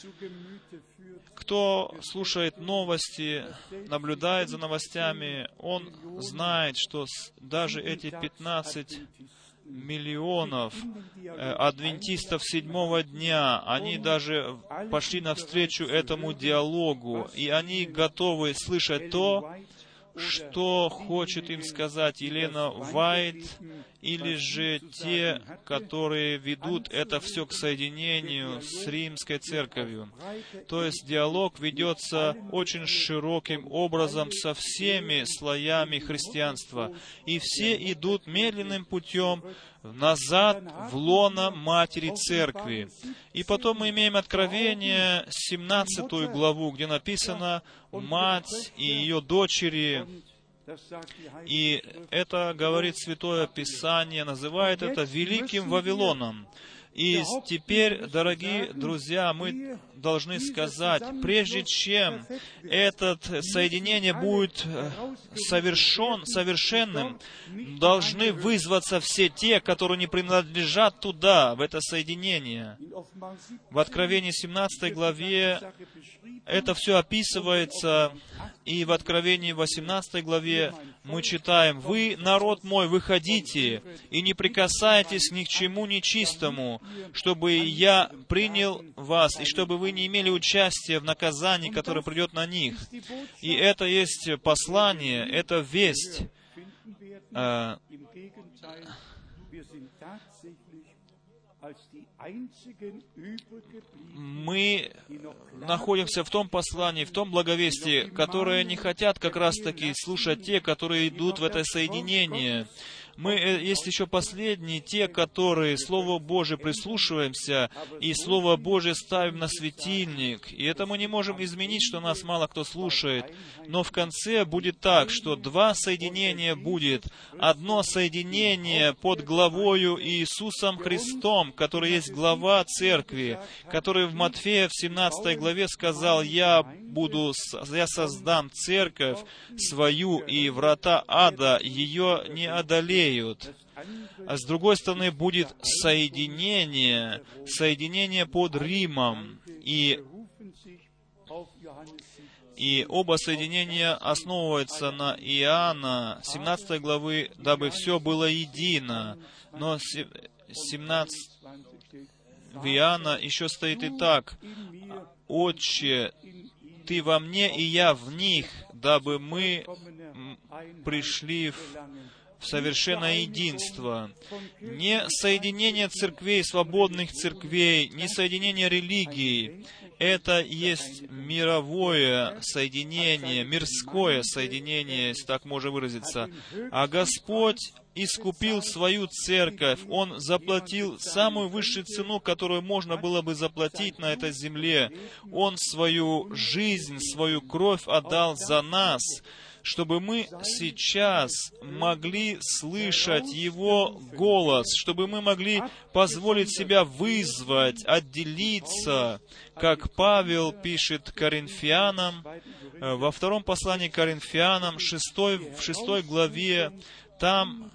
Speaker 1: Кто слушает новости, наблюдает за новостями, он знает, что даже эти 15 миллионов адвентистов седьмого дня, они даже пошли навстречу этому диалогу, и они готовы слышать то, что хочет им сказать Елена Уайт, или же те, которые ведут это все к соединению с Римской Церковью. То есть диалог ведется очень широким образом со всеми слоями христианства, и все идут медленным путем назад в лоно Матери Церкви. И потом мы имеем Откровение, 17 главу, где написано «Мать и ее дочери». И это говорит Святое Писание, называет это Великим Вавилоном. И теперь, дорогие друзья, мы должны сказать, прежде чем это соединение будет совершенным, должны вызваться все те, которые не принадлежат туда, в это соединение. В Откровении 17 главе это все описывается, и в Откровении 18 главе мы читаем: «Вы, народ мой, выходите, и не прикасайтесь ни к чему нечистому, чтобы я принял вас, и чтобы вы не имели участия в наказании, которое придет на них». И это есть послание, это весть. Мы находимся в том послании, в том благовестии, которые не хотят как раз-таки слушать те, которые идут в это соединение. Мы, есть еще последние, те, которые Слову Божие прислушиваемся, и Слово Божие ставим на светильник. И это мы не можем изменить, что нас мало кто слушает. Но в конце будет так, что два соединения будет. Одно соединение под главою Иисусом Христом, который есть глава Церкви, который в Матфея в 17 главе сказал: «Я создам церковь свою, и врата ада ее не одолеют». А с другой стороны будет соединение под Римом. И оба соединения основываются на Иоанна 17 главы, дабы все было едино. Но 17 в Иоанна еще стоит и так: «Отче, Ты во мне, и я в них, дабы мы пришли в совершенное единство». Не соединение церквей, свободных церквей, не соединение религий. Это есть мировое соединение, мирское соединение, если так можно выразиться. А Господь искупил свою церковь. Он заплатил самую высшую цену, которую можно было бы заплатить на этой земле. Он свою жизнь, свою кровь отдал за нас, чтобы мы сейчас могли слышать Его голос, чтобы мы могли позволить себя вызвать, отделиться, как Павел пишет Коринфянам, во втором послании к Коринфянам, в 6 главе, там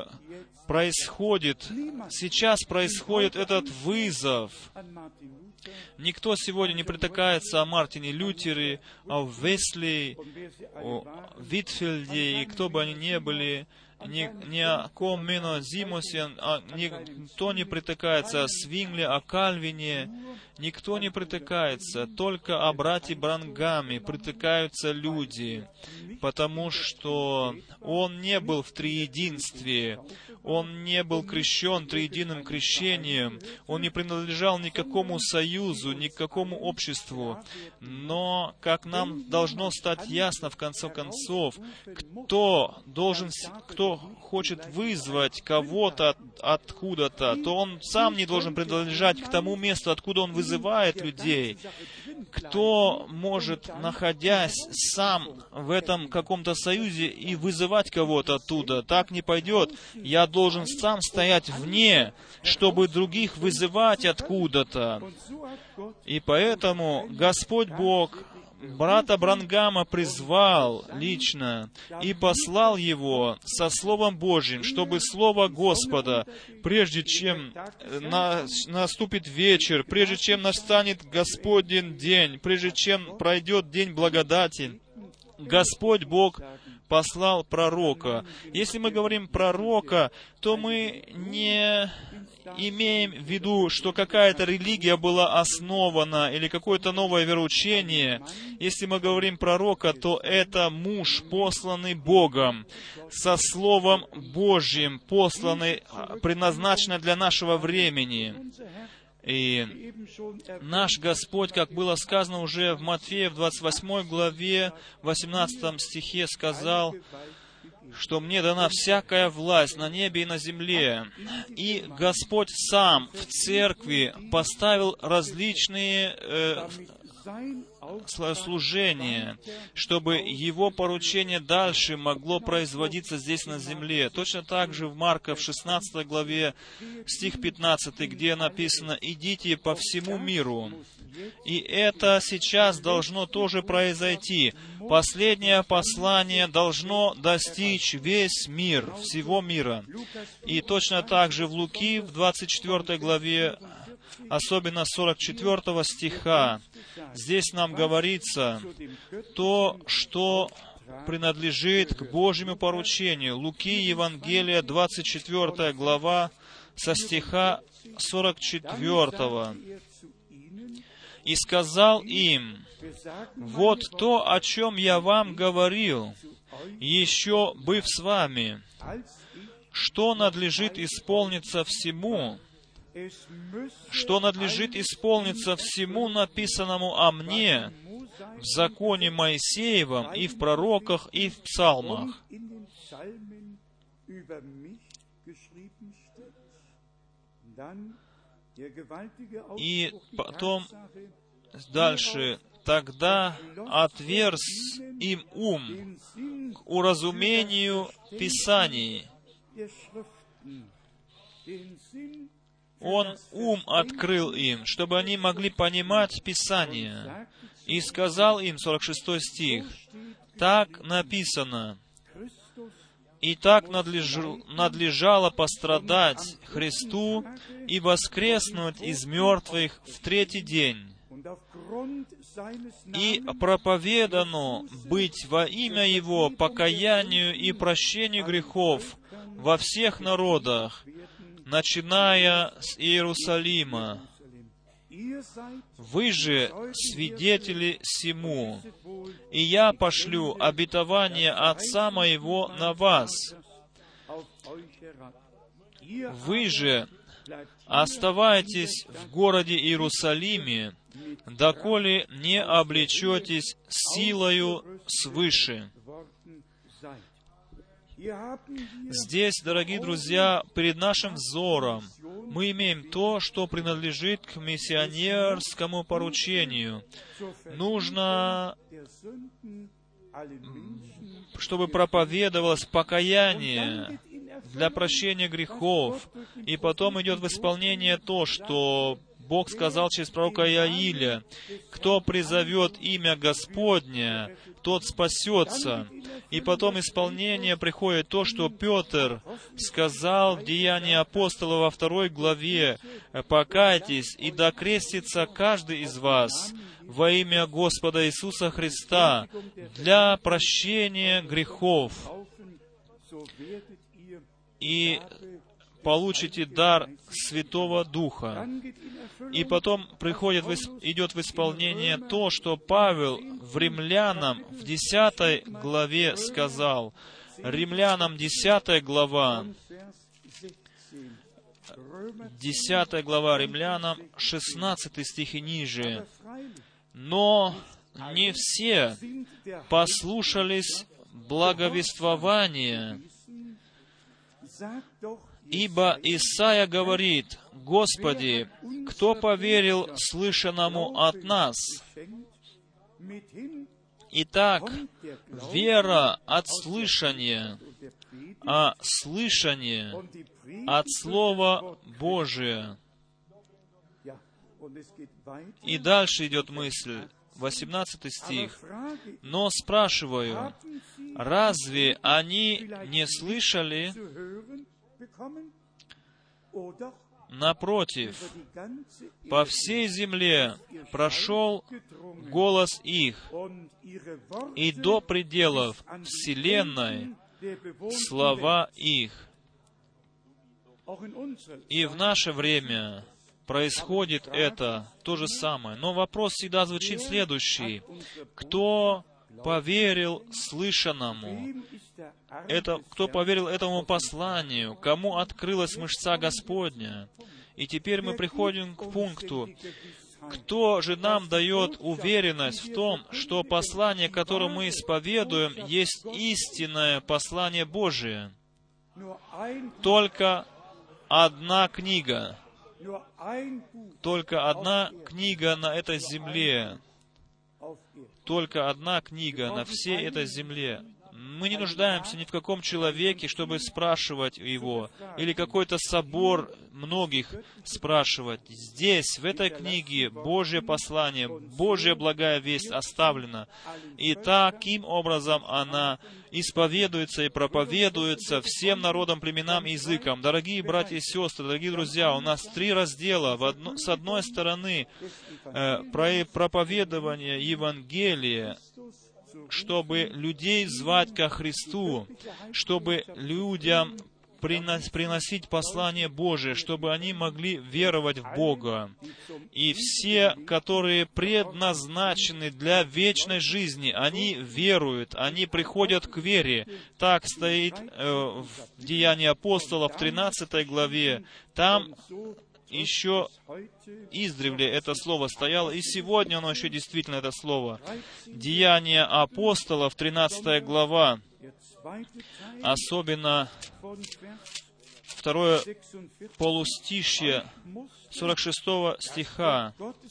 Speaker 1: сейчас происходит этот вызов. Никто сегодня не притыкается о Мартине Лютере, о Весли, о Витфельде, и кто бы они ни были, ни о ком Мено Зимосе, никто не притыкается о Свингле, о Кальвине, никто не притыкается, только о брате Бранхаме притыкаются люди, потому что он не был в триединстве, он не был крещен триединым крещением, он не принадлежал никакому союзу, никакому обществу. Но, как нам должно стать ясно, в конце концов, кто хочет вызвать кого-то откуда-то, то он сам не должен принадлежать к тому месту, откуда он вызывает людей. Кто может, находясь сам в этом каком-то союзе, и вызывать кого-то оттуда? Так не пойдет. Я должен сам стоять вне, чтобы других вызывать откуда-то. И поэтому Господь Бог брата Бранхама призвал лично и послал его со Словом Божьим, чтобы Слово Господа, прежде чем наступит вечер, прежде чем настанет Господень день, прежде чем пройдет день благодати, Господь Бог послал пророка. Если мы говорим пророка, то мы не имеем в виду, что какая-то религия была основана или какое-то новое вероучение. Если мы говорим пророка, то это муж, посланный Богом, со Словом Божьим, посланный, предназначенный для нашего времени. И наш Господь, как было сказано уже в Матфея, в 28 главе, 18 стихе, сказал, что «мне дана всякая власть на небе и на земле». И Господь сам в церкви поставил различные служения, чтобы Его поручение дальше могло производиться здесь на земле. Точно так же в Марка, в 16 главе, стих 15, где написано «Идите по всему миру». И это сейчас должно тоже произойти. Последнее послание должно достичь весь мир, всего мира. И точно так же в Луки, в 24 главе, особенно 44 стиха, здесь нам говорится то, что принадлежит к Божьему поручению. Луки, Евангелие, 24 глава, со стиха 44. «И сказал им: вот то, о чем я вам говорил, еще быв с вами, что надлежит исполниться всему, написанному о мне в законе Моисеевом и в пророках и в псалмах». И потом дальше: «Тогда отверз им ум к уразумению Писаний». Он ум открыл им, чтобы они могли понимать Писание. И сказал им, 46 стих, «Так написано: и так надлежало пострадать Христу и воскреснуть из мертвых в третий день, и проповедано быть во имя Его покаянию и прощению грехов во всех народах, начиная с Иерусалима. Вы же свидетели сему, и я пошлю обетование Отца моего на вас. Вы же оставайтесь в городе Иерусалиме, доколе не облечетесь силою свыше». Здесь, дорогие друзья, перед нашим взором мы имеем то, что принадлежит к миссионерскому поручению. Нужно, чтобы проповедовалось покаяние для прощения грехов. И потом идет в исполнение то, что Бог сказал через пророка Иаиля: «Кто призовет имя Господне, тот спасется». И потом исполнение приходит то, что Петр сказал в Деянии апостола во 2 главе: «Покайтесь, и да крестится каждый из вас во имя Господа Иисуса Христа для прощения грехов, и получите дар Святого Духа». И потом идет в исполнение то, что Павел в Римлянам в 10 главе сказал. Римлянам 10 глава, 10 глава Римлянам, 16 стих и ниже. «Но не все послушались благовествования, ибо Исайя говорит: Господи, кто поверил слышанному от нас? Итак, вера от слышания, а слышание от Слова Божия». И дальше идет мысль. 18 стих. «Но спрашиваю, разве они не слышали? Напротив, по всей земле прошел голос их, и до пределов вселенной слова их». И в наше время происходит это то же самое. Но вопрос всегда звучит следующий. Кто поверил слышанному? Кто поверил этому посланию? Кому открылась мышца Господня? И теперь мы приходим к пункту. Кто же нам дает уверенность в том, что послание, которое мы исповедуем, есть истинное послание Божие? Только одна книга. Только одна книга на этой земле. Только одна книга на всей этой земле. Мы не нуждаемся ни в каком человеке, чтобы спрашивать его, или какой-то собор многих спрашивать. Здесь, в этой книге, Божье послание, Божья благая весть оставлена. И таким образом она исповедуется и проповедуется всем народам, племенам и языкам. Дорогие братья и сестры, дорогие друзья, у нас 3 раздела. С одной стороны, проповедование Евангелия, чтобы людей звать ко Христу, чтобы людям приносить послание Божие, чтобы они могли веровать в Бога. И все, которые предназначены для вечной жизни, они веруют, они приходят к вере. Так стоит в Деянии апостолов, в 13 главе. Там еще издревле это слово стояло, и сегодня оно еще действительно это слово. Деяния апостолов, 13 глава, особенно второе полустишье 46 стиха.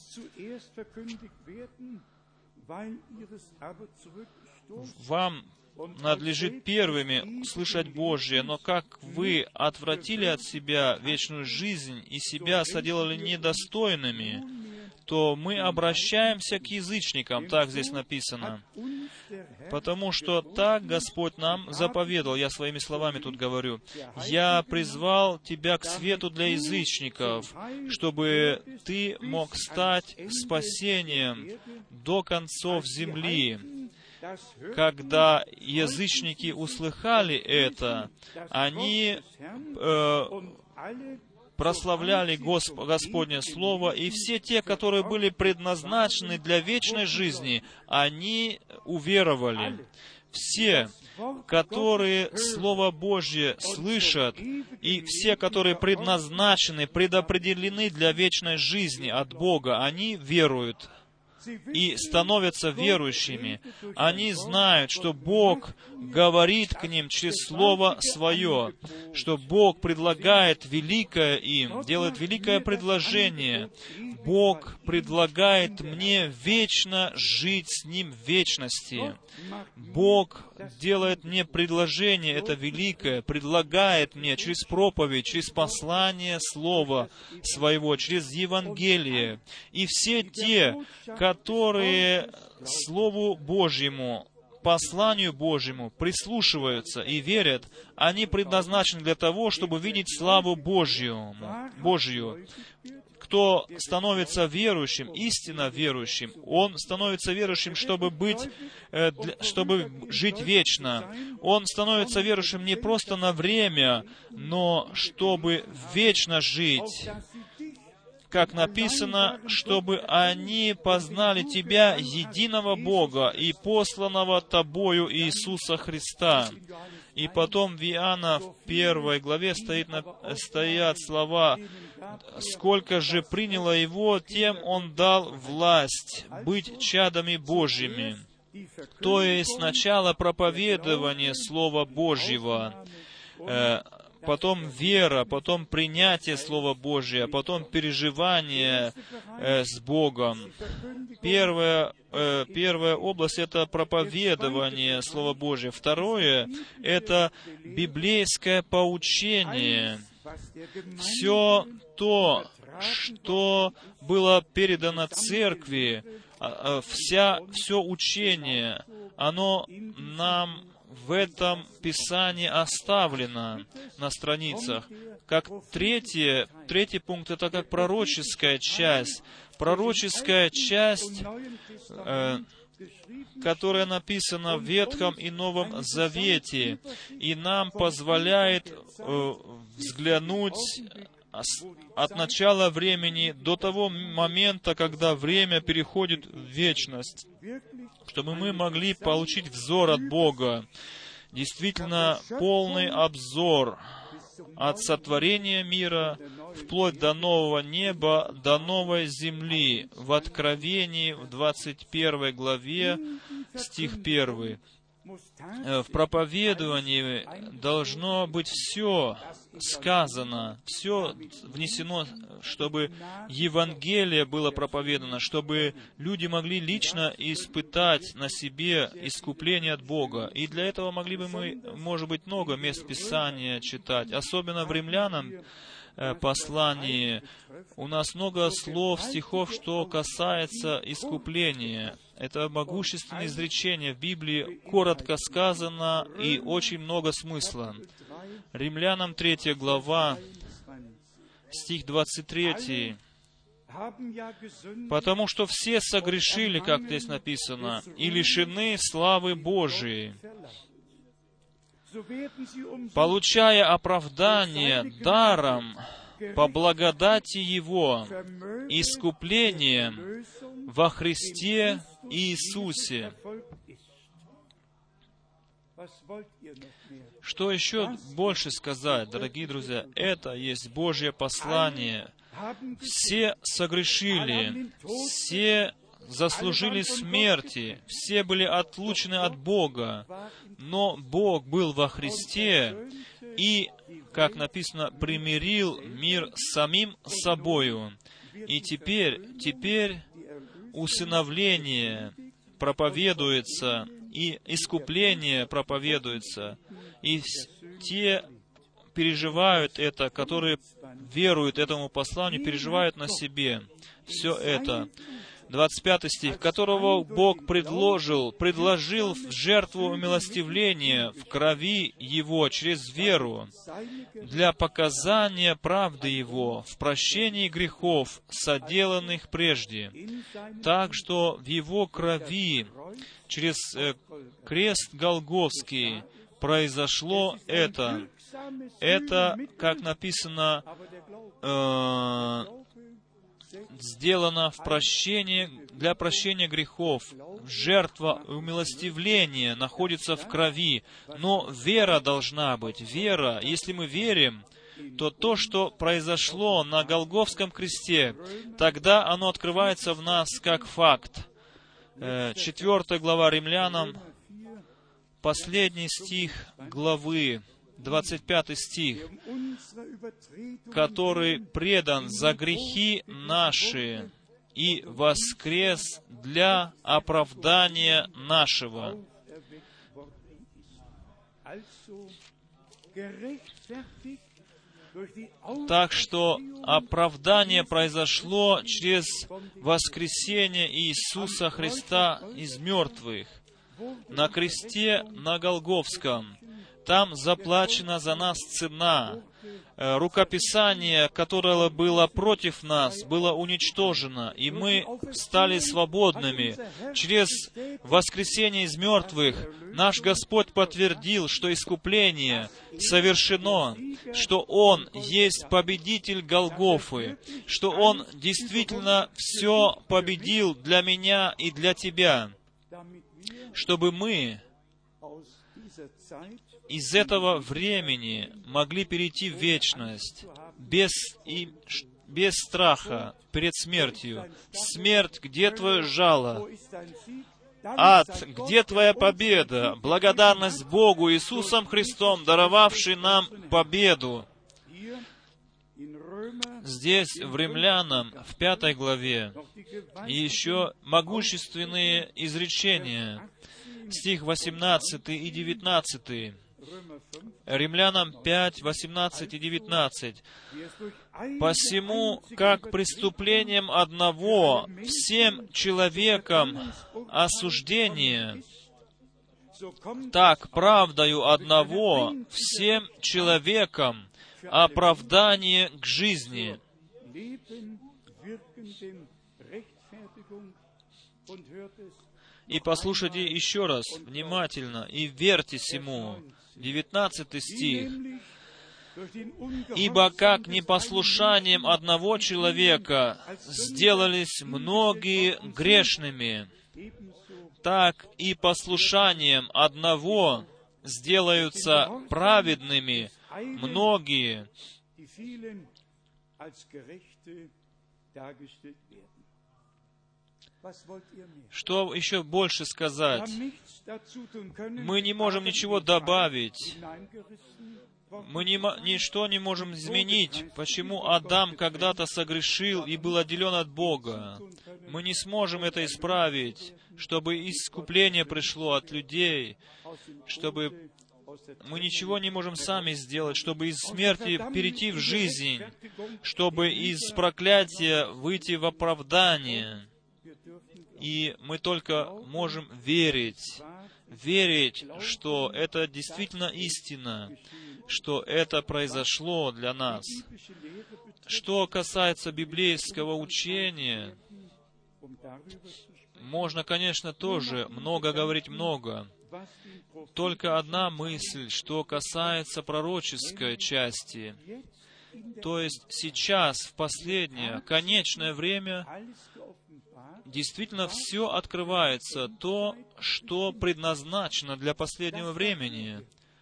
Speaker 1: «Вам надлежит первыми слышать Божие, но как вы отвратили от себя вечную жизнь и себя соделали недостойными, то мы обращаемся к язычникам», так здесь написано. Потому что так Господь нам заповедал, я своими словами тут говорю, «Я призвал тебя к свету для язычников, чтобы ты мог стать спасением до концов земли». Когда язычники услыхали это, они прославляли Господне Слово, и все те, которые были предназначены для вечной жизни, они уверовали. Все, которые Слово Божье слышат, и все, которые предназначены, предопределены для вечной жизни от Бога, они веруют и становятся верующими. Они знают, что Бог говорит к ним через Слово Свое, что Бог предлагает великое им, делает великое предложение. Бог предлагает мне вечно жить с Ним в вечности. Бог делает мне предложение, это великое, предлагает мне через проповедь, через послание Слова Своего, через Евангелие. И все те, которые Слову Божьему, посланию Божьему прислушиваются и верят, они предназначены для того, чтобы видеть славу Божью. Кто становится верующим, истинно верующим, он становится верующим, чтобы жить вечно. Он становится верующим не просто на время, но чтобы вечно жить. Как написано, чтобы они познали Тебя, единого Бога и посланного Тобою Иисуса Христа. И потом в Иоанна в 1 главе стоят слова: «Сколько же приняло Его, тем Он дал власть быть чадами Божьими». То есть сначала проповедование Слова Божьего, потом вера, потом принятие Слова Божия, потом переживание с Богом. Первая область — это проповедование Слова Божия. Второе — это библейское поучение. Все то, что было передано церкви все учение, оно нам в этом Писании оставлено на страницах. Как третий пункт, это как пророческая часть. Пророческая часть, которая написана в Ветхом и Новом Завете, и нам позволяет взглянуть от начала времени до того момента, когда время переходит в вечность, чтобы мы могли получить взор от Бога, действительно полный обзор от сотворения мира вплоть до нового неба, до новой земли, в Откровении, в 21 главе, стих 1. В проповедовании должно быть все сказано, все внесено, чтобы Евангелие было проповедано, чтобы люди могли лично испытать на себе искупление от Бога. И для этого могли бы мы, может быть, много мест Писания читать, особенно в Римлянам послании. У нас много слов, стихов, что касается искупления. Это могущественное изречение в Библии, коротко сказано и очень много смысла. Римлянам 3 глава, стих 23. «Потому что все согрешили, как здесь написано, и лишены славы Божией, получая оправдание даром по благодати Его, искуплением во Христе Иисусе». Что еще больше сказать, дорогие друзья? Это есть Божье послание. Все согрешили, все заслужили смерти, все были отлучены от Бога, но Бог был во Христе и, как написано, примирил мир с самим собою. И теперь усыновление проповедуется, и искупление проповедуется, и те переживают это, которые веруют этому посланию, переживают на себе все это. 25 стих, «которого Бог предложил в жертву умилостивления в крови Его через веру, для показания правды Его в прощении грехов, соделанных прежде, так что в Его крови через крест Голгофский произошло это». Это, как написано, сделано в прощении, для прощения грехов. Жертва умилостивления находится в крови. Но вера должна быть. Вера, если мы верим, то то, что произошло на Голгофском кресте, тогда оно открывается в нас как факт. 4 глава Римлянам, последний стих главы, 25 стих, «который предан за грехи наши и воскрес для оправдания нашего». Так что оправдание произошло через воскресение Иисуса Христа из мертвых на кресте на Голгофском. Там заплачена за нас цена. Рукописание, которое было против нас, было уничтожено, и мы стали свободными. Через воскресение из мертвых наш Господь подтвердил, что искупление совершено, что Он есть победитель Голгофы, что Он действительно все победил для меня и для тебя, чтобы мы из этого времени могли перейти в вечность без страха перед смертью. Смерть, где твое жало? Ад, где твоя победа? Благодарность Богу Иисусом Христом, даровавший нам победу. Здесь, в Римлянам, в 5 главе, и еще могущественные изречения, стих 18 и 19. Римлянам 5, 18 и 19. «Посему, как преступлением одного всем человекам осуждение, так правдою одного всем человекам оправдание к жизни». И послушайте еще раз внимательно, и верьте сему. 19 стих. «Ибо как непослушанием одного человека сделались многие грешными, так и послушанием одного сделаются праведными многие». Что еще больше сказать? Мы не можем ничего добавить. Мы ничто не можем изменить. Почему Адам когда-то согрешил и был отделен от Бога? Мы не сможем это исправить, чтобы искупление пришло от людей, чтобы мы ничего не можем сами сделать, чтобы из смерти перейти в жизнь, чтобы из проклятия выйти в оправдание. И мы только можем верить, что это действительно истина, что это произошло для нас. Что касается библейского учения, можно, конечно, тоже много говорить много. Только одна мысль, что касается пророческой части. То есть сейчас, в последнее, конечное время, действительно все открывается, то, что предназначено для последнего времени.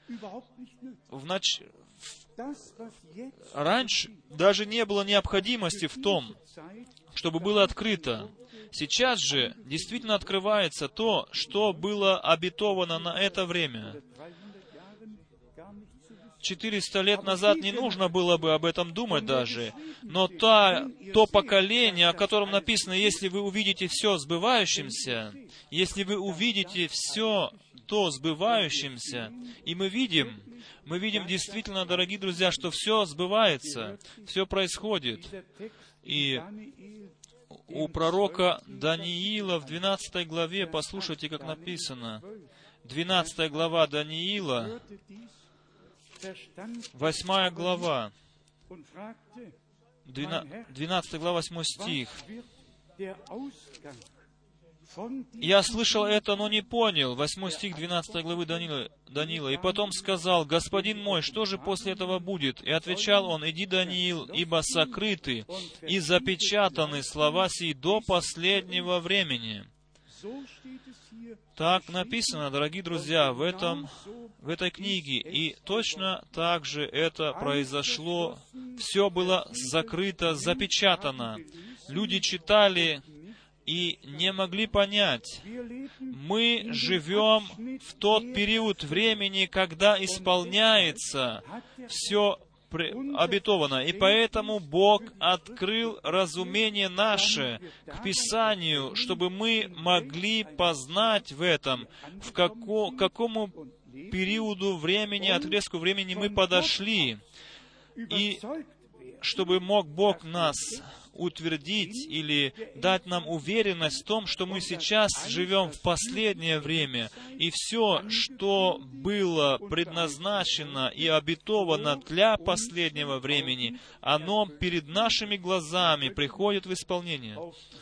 Speaker 1: Раньше даже не было необходимости в том, чтобы было открыто. Сейчас же действительно открывается то, что было обетовано на это время. 400 лет назад не нужно было бы об этом думать даже, но то поколение, о котором написано, если вы увидите все сбывающимся, если вы увидите все то сбывающимся, и мы видим действительно, дорогие друзья, что все сбывается, все происходит. И у пророка Даниила в 12 главе, послушайте, как написано, 12 глава Даниила, 8 глава, 12 глава, 8 стих. «Я слышал это, но не понял». 8 стих 12 главы Даниила. «И потом сказал: Господин мой, что же после этого будет? И отвечал он: Иди, Даниил, ибо сокрыты и запечатаны слова сии до последнего времени». Так написано, дорогие друзья, в этой книге. И точно так же это произошло. Все было закрыто, запечатано. Люди читали и не могли понять. Мы живем в тот период времени, когда исполняется все обетовано. И поэтому Бог открыл разумение наше к Писанию, чтобы мы могли познать в этом, в какому периоду времени, отрезку времени мы подошли. И чтобы мог Бог нас утвердить или дать нам уверенность в том, что мы сейчас живем в последнее время, и все, что было предназначено и обетовано для последнего времени, оно перед нашими глазами приходит в исполнение.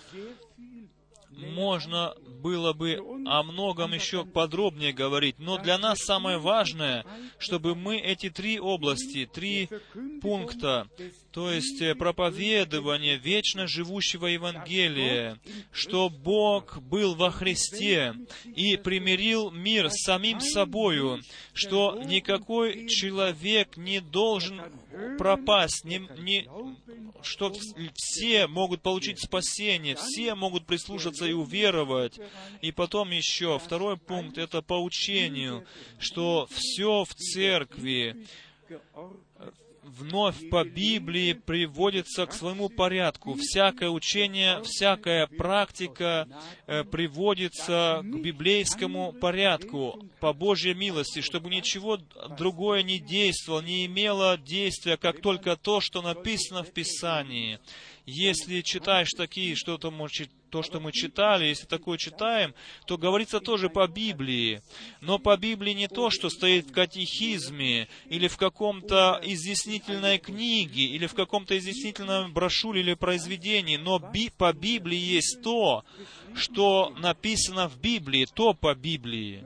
Speaker 1: Можно было бы о многом еще подробнее говорить, но для нас самое важное, чтобы мы эти 3 области, 3 пункта, то есть проповедование вечно живущего Евангелия, что Бог был во Христе и примирил мир с самим собою, что никакой человек не должен пропасть, что все могут получить спасение, все могут прислушаться и уверовать. И потом еще, 2 пункт, это по учению, что все в церкви, вновь по Библии приводится к своему порядку. Всякое учение, всякая практика приводится к библейскому порядку по Божьей милости, чтобы ничего другое не действовало, не имело действия, как только то, что написано в Писании. Если читаешь такие, то, что мы читали, если такое читаем, то говорится тоже по Библии. Но по Библии не то, что стоит в катехизме, или в каком-то изъяснительной книге, или в каком-то изъяснительном брошюре или произведении, но по Библии есть то, что написано в Библии, то по Библии.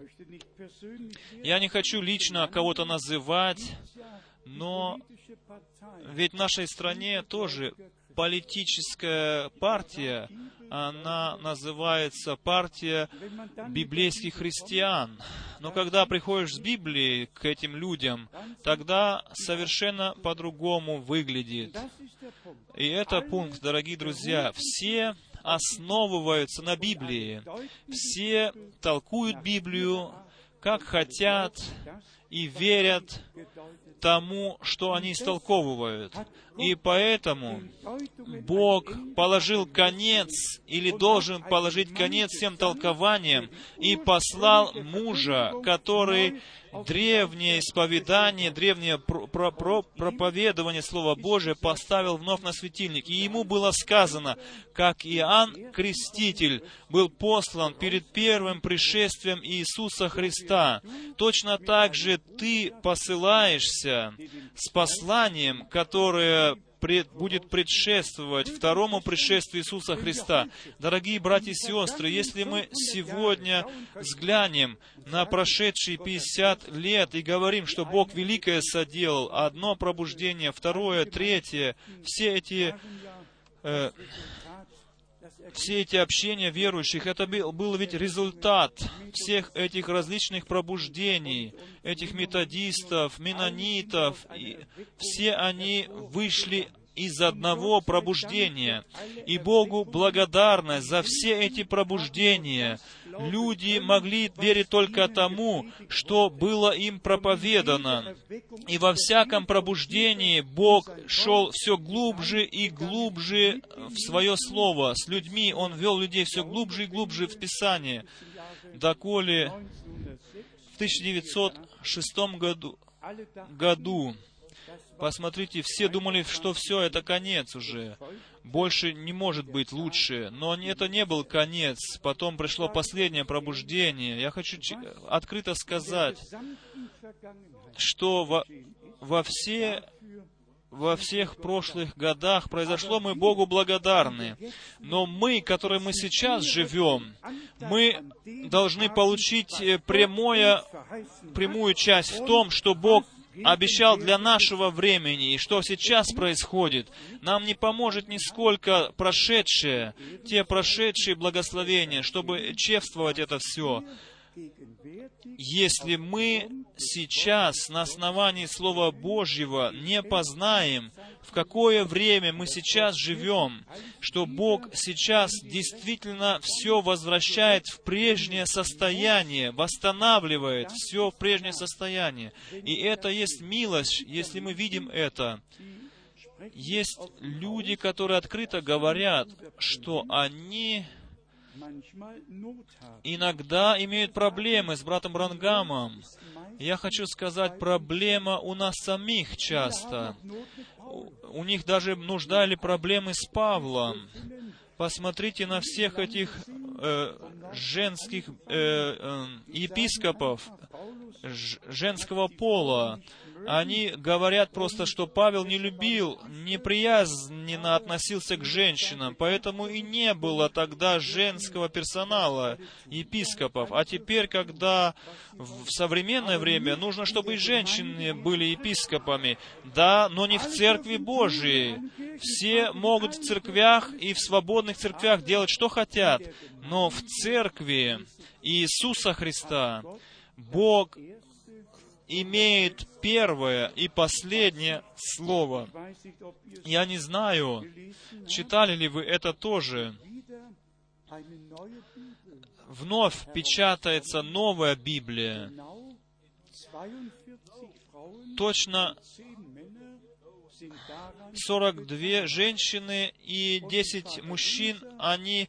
Speaker 1: Я не хочу лично кого-то называть, но ведь в нашей стране тоже политическая партия, она называется партия библейских христиан. Но когда приходишь с Библией к этим людям, тогда совершенно по-другому выглядит. И это пункт, дорогие друзья. Все основываются на Библии. Все толкуют Библию, как хотят, и верят тому, что они истолковывают. И поэтому Бог положил конец, или должен положить конец всем толкованиям, и послал мужа, который древнее исповедание, древнее проповедование Слова Божия поставил вновь на светильник. И ему было сказано, как Иоанн Креститель был послан перед первым пришествием Иисуса Христа, точно так же ты посылаешься с посланием, которое будет предшествовать второму пришествию Иисуса Христа. Дорогие братья и сестры, если мы сегодня взглянем на прошедшие 50 лет и говорим, что Бог великое соделал, одно пробуждение, второе, третье, все эти общения верующих, это был ведь результат всех этих различных пробуждений, этих методистов, менонитов. И все они вышли из одного пробуждения. И Богу благодарность за все эти пробуждения. Люди могли верить только тому, что было им проповедано. И во всяком пробуждении Бог шел все глубже и глубже в Свое Слово. С людьми Он вел людей все глубже и глубже в Писание. Доколе в 1906 году, посмотрите, все думали, что все, это конец уже. Больше не может быть лучше. Но это не был конец. Потом пришло последнее пробуждение. Я хочу открыто сказать, что во всех прошлых годах произошло, мы Богу благодарны. Но мы, которые мы сейчас живем, мы должны получить прямую часть в том, что Бог обещал для нашего времени, и что сейчас происходит. Нам не поможет нисколько те прошедшие благословения, чтобы чествовать это все. Если мы сейчас на основании Слова Божьего не познаем, в какое время мы сейчас живем, что Бог сейчас действительно все возвращает в прежнее состояние, восстанавливает все в прежнее состояние. И это есть милость, если мы видим это. Есть люди, которые открыто говорят, что они иногда имеют проблемы с братом Бранхамом. Я хочу сказать, проблема у нас самих часто. У них даже нужда или проблемы с Павлом. Посмотрите на всех этих женских епископов женского пола. Они говорят просто, что Павел не любил, неприязненно относился к женщинам, поэтому и не было тогда женского персонала, епископов. А теперь, когда в современное время нужно, чтобы и женщины были епископами, да, но не в Церкви Божией. Все могут в церквях и в свободных церквях делать, что хотят, но в Церкви Иисуса Христа Бог имеет первое и последнее слово. Я не знаю, читали ли вы это тоже. Вновь печатается новая Библия. Точно 42 женщины и 10 мужчин, они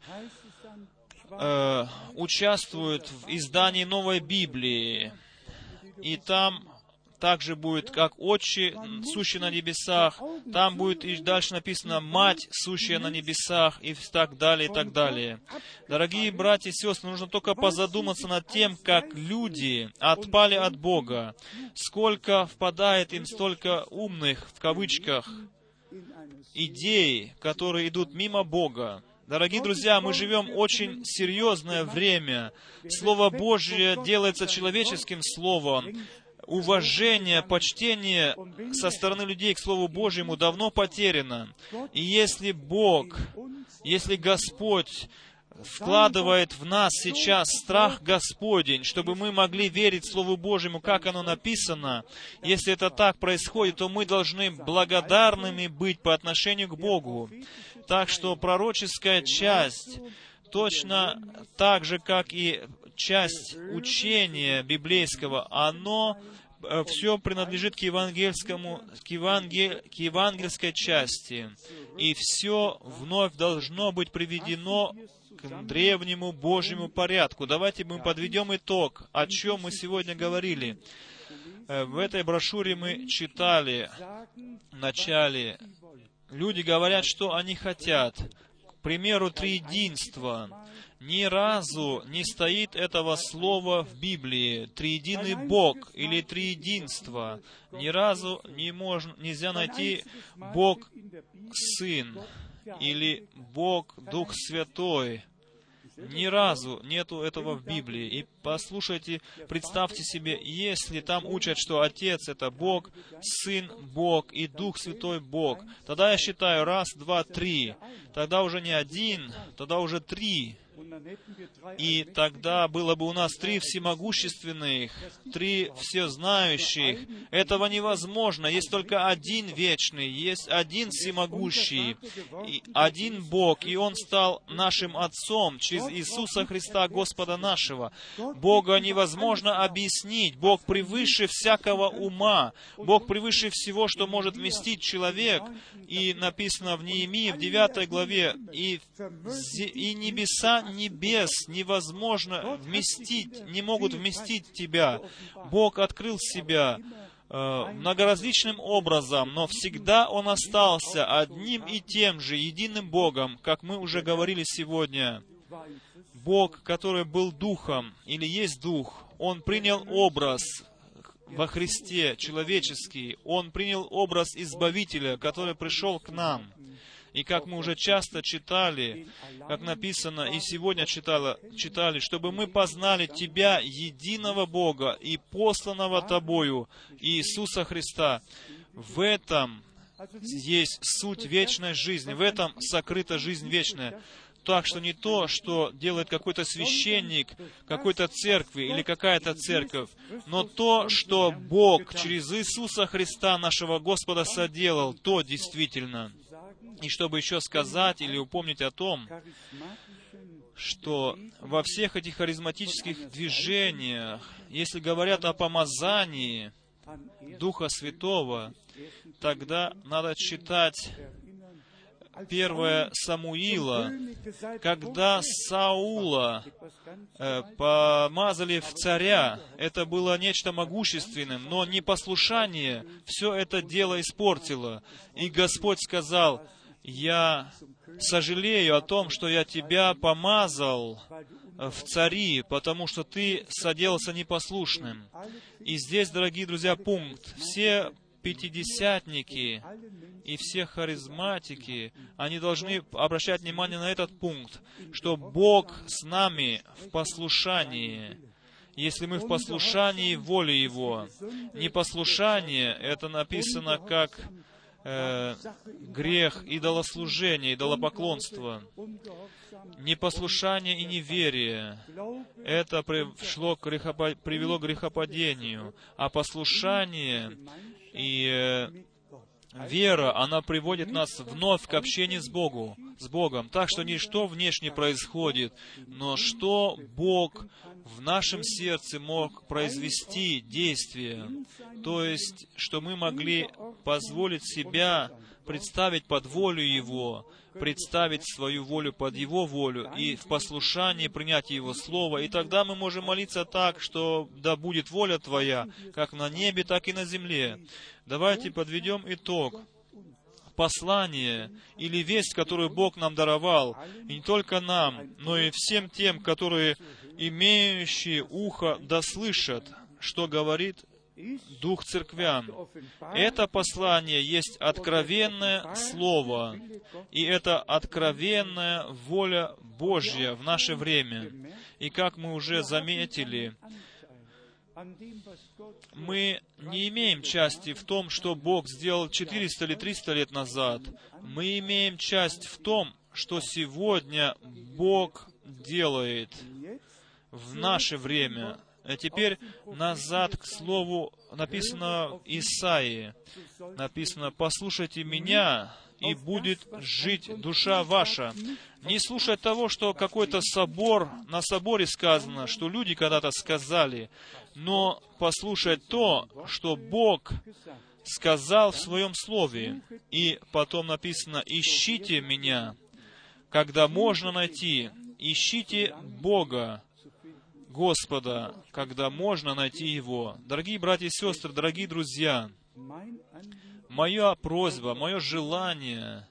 Speaker 1: участвуют в издании новой Библии. И там также будет как Отче, сущий на небесах, там будет и дальше написано Мать, сущая на небесах, и так далее, и так далее. Дорогие братья и сестры, нужно только позадуматься над тем, как люди отпали от Бога, сколько впадает им столько умных, в кавычках, идей, которые идут мимо Бога. Дорогие друзья, мы живем очень серьезное время. Слово Божье делается человеческим словом. Уважение, почтение со стороны людей к Слову Божьему давно потеряно. И если Бог, если Господь вкладывает в нас сейчас страх Господень, чтобы мы могли верить Слову Божьему, как оно написано, если это так происходит, то мы должны благодарными быть по отношению к Богу. Так что пророческая часть, точно так же, как и часть учения библейского, оно все принадлежит к евангельской части. И все вновь должно быть приведено к древнему Божьему порядку. Давайте мы подведем итог, о чем мы сегодня говорили. В этой брошюре мы читали в начале, люди говорят, что они хотят. К примеру, триединство. Ни разу не стоит этого слова в Библии. Триединый Бог или триединство. Ни разу нельзя найти Бог Сын или Бог Дух Святой. Ни разу нету этого в Библии. И послушайте, представьте себе, если там учат, что Отец — это Бог, Сын — Бог и Дух Святой — Бог, тогда я считаю раз, два, три. Тогда уже не один, тогда уже три. И тогда было бы у нас три всемогущественных, три всезнающих. Этого невозможно. Есть только один вечный, есть один всемогущий, и один Бог, и Он стал нашим Отцом через Иисуса Христа, Господа нашего. Бога невозможно объяснить. Бог превыше всякого ума. Бог превыше всего, что может вместить человек. И написано в Неемии, в 9 главе, и небеса небес невозможно вместить, не могут вместить Тебя. Бог открыл себя многоразличным образом, но всегда Он остался одним и тем же, единым Богом, как мы уже говорили сегодня. Бог, который был Духом, или есть Дух, Он принял образ во Христе человеческий, Он принял образ Избавителя, который пришел к нам. И как мы уже часто читали, как написано, и сегодня читали, чтобы мы познали Тебя, единого Бога, и посланного Тобою, Иисуса Христа. В этом есть суть вечной жизни, в этом сокрыта жизнь вечная. Так что не то, что делает какой-то священник какой-то церкви или какая-то церковь, но то, что Бог через Иисуса Христа, нашего Господа, соделал, то действительно. И чтобы еще сказать или упомнить о том, что во всех этих харизматических движениях, если говорят о помазании Духа Святого, тогда надо читать 1 Самуила, когда Саула помазали в царя, это было нечто могущественным, но непослушание все это дело испортило. И Господь сказал: «Я сожалею о том, что я тебя помазал в цари, потому что ты соделался непослушным». И здесь, дорогие друзья, пункт. Все пятидесятники и все харизматики, они должны обращать внимание на этот пункт, что Бог с нами в послушании. Если мы в послушании воли Его. Непослушание, это написано как грех идолослужения, идолопоклонства. Непослушание и неверие, это привело к грехопадению. А послушание и вера, она приводит нас вновь к общению с Богом. с Богом. Так что не что внешне происходит, но что Бог в нашем сердце мог произвести действие. То есть, что мы могли позволить себя представить под волю Его, представить свою волю под Его волю и в послушании принять Его Слово. И тогда мы можем молиться так, что да будет воля Твоя, как на небе, так и на земле. Давайте подведем итог. Послание или весть, которую Бог нам даровал, и не только нам, но и всем тем, которые, имеющие ухо, да слышат, что говорит Дух церквям. Это послание есть откровенное Слово, и это откровенная воля Божья в наше время. И как мы уже заметили, мы не имеем части в том, что Бог сделал 400 или 300 лет назад. Мы имеем часть в том, что сегодня Бог делает в наше время. А теперь назад к слову написано в Исаии. Написано: «Послушайте меня, и будет жить душа ваша». Не слушать того, что какой-то собор, на соборе сказано, что люди когда-то сказали, но послушать то, что Бог сказал в Своем Слове. И потом написано: «Ищите меня, когда можно найти». Ищите Бога, Господа, когда можно найти Его. Дорогие братья и сестры, дорогие друзья, моя просьба, мое желание,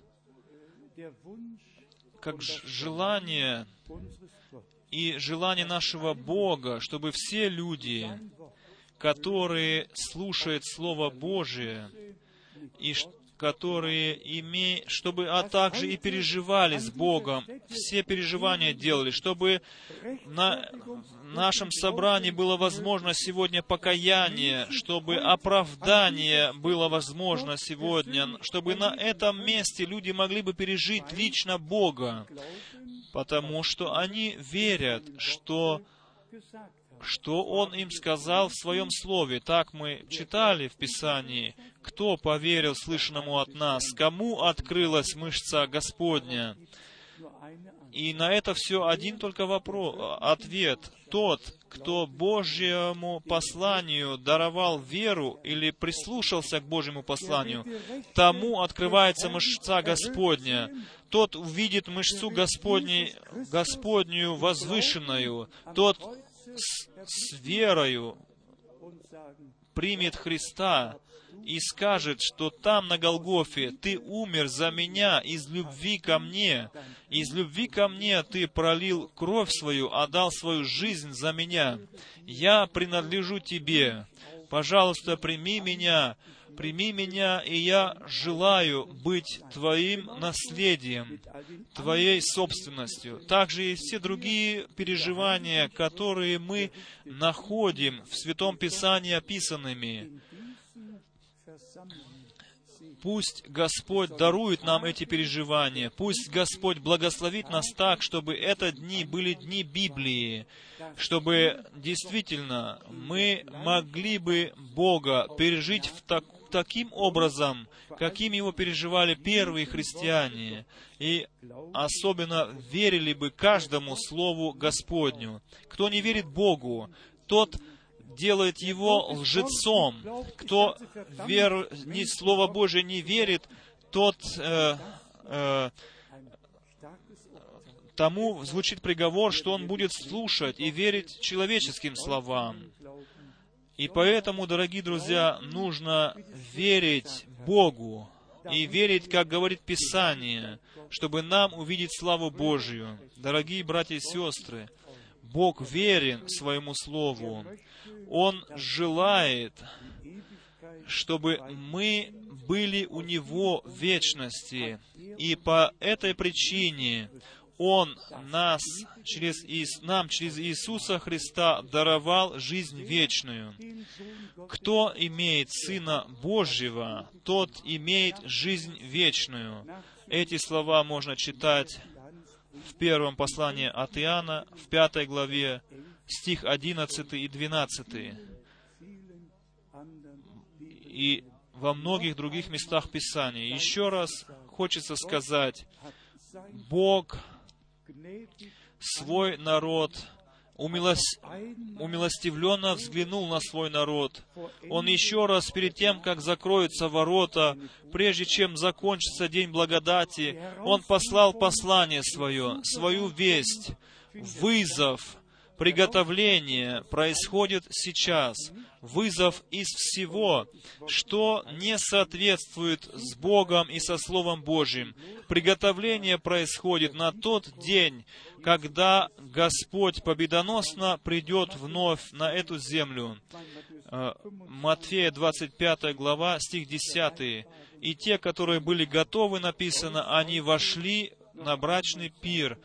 Speaker 1: как желание и желание нашего Бога, чтобы все люди, которые слушают Слово Божие, и которые чтобы также и переживали с Богом, все переживания делали, чтобы на нашем собрании было возможно сегодня покаяние, чтобы оправдание было возможно сегодня, чтобы на этом месте люди могли бы пережить лично Бога, потому что они верят, что Он им сказал в Своем Слове. Так мы читали в Писании: «Кто поверил слышанному от нас? Кому открылась мышца Господня?» И на это все один только ответ. Тот, кто Божьему посланию даровал веру или прислушался к Божьему посланию, тому открывается мышца Господня. Тот увидит мышцу Господнюю возвышенную. Тот с верою примет Христа и скажет, что там, на Голгофе, Ты умер за меня из любви ко мне. Из любви ко мне Ты пролил кровь свою, отдал свою жизнь за меня. Я принадлежу Тебе. Пожалуйста, прими меня, и я желаю быть Твоим наследием, Твоей собственностью. Также и все другие переживания, которые мы находим в Святом Писании описанными. Пусть Господь дарует нам эти переживания. Пусть Господь благословит нас так, чтобы это дни были дни Библии, чтобы действительно мы могли бы Бога пережить таким образом, каким Его переживали первые христиане, и особенно верили бы каждому Слову Господню. Кто не верит Богу, тот делает Его лжецом. Кто Слово Божие не верит, тот тому звучит приговор, что он будет слушать и верить человеческим словам. И поэтому, дорогие друзья, нужно верить Богу и верить, как говорит Писание, чтобы нам увидеть славу Божию. Дорогие братья и сестры, Бог верен своему Слову. Он желает, чтобы мы были у Него в вечности. И по этой причине Он нам через Иисуса Христа даровал жизнь вечную. Кто имеет Сына Божьего, тот имеет жизнь вечную. Эти слова можно читать в первом послании от Иоанна, в 5 главе, стих 11 и 12. И во многих других местах Писания. Еще раз хочется сказать, Бог свой народ умилостивленно взглянул на свой народ. Он еще раз, перед тем, как закроются ворота, прежде чем закончится день благодати, Он послал послание свое, свою весть, вызов, приготовление происходит сейчас. Вызов из всего, что не соответствует с Богом и со Словом Божьим. Приготовление происходит на тот день, когда Господь победоносно придет вновь на эту землю. Матфея 25 глава, стих 10. «И те, которые были готовы», написано, они вошли на брачный пир.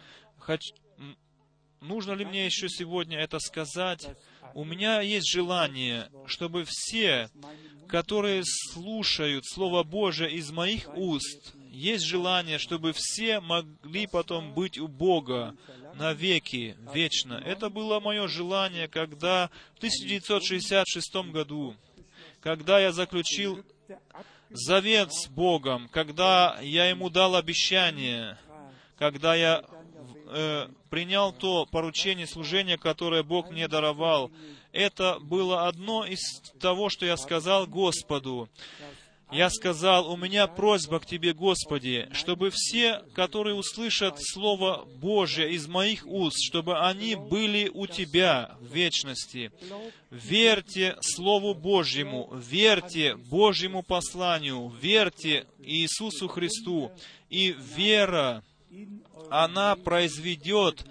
Speaker 1: Нужно ли мне еще сегодня это сказать? У меня есть желание, чтобы все, которые слушают Слово Божие из моих уст, есть желание, чтобы все могли потом быть у Бога навеки, вечно. Это было мое желание, когда в 1966 году, когда я заключил завет с Богом, когда я Ему дал обещание, когда я принял то поручение служения, которое Бог мне даровал. Это было одно из того, что я сказал Господу. Я сказал, у меня просьба к Тебе, Господи, чтобы все, которые услышат Слово Божие из моих уст, чтобы они были у Тебя в вечности. Верьте Слову Божьему, верьте Божьему посланию, верьте Иисусу Христу, и вера, она произведет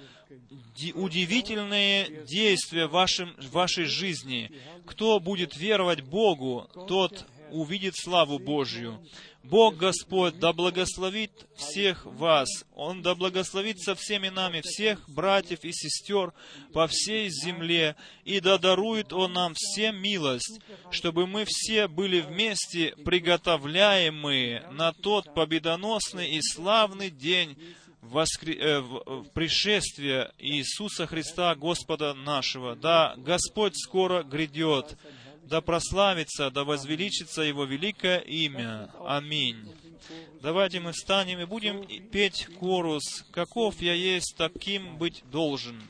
Speaker 1: удивительные действия в вашей жизни. Кто будет веровать Богу, тот увидит славу Божью. Бог Господь да благословит всех вас. Он да благословит со всеми нами, всех братьев и сестер по всей земле, и да дарует Он нам всем милость, чтобы мы все были вместе приготовляемые на тот победоносный и славный день пришествия Иисуса Христа, Господа нашего. Да, Господь скоро грядет. Да прославится, да возвеличится Его великое имя. Аминь. Давайте мы встанем и будем петь хорус «Каков я есть, таким быть должен».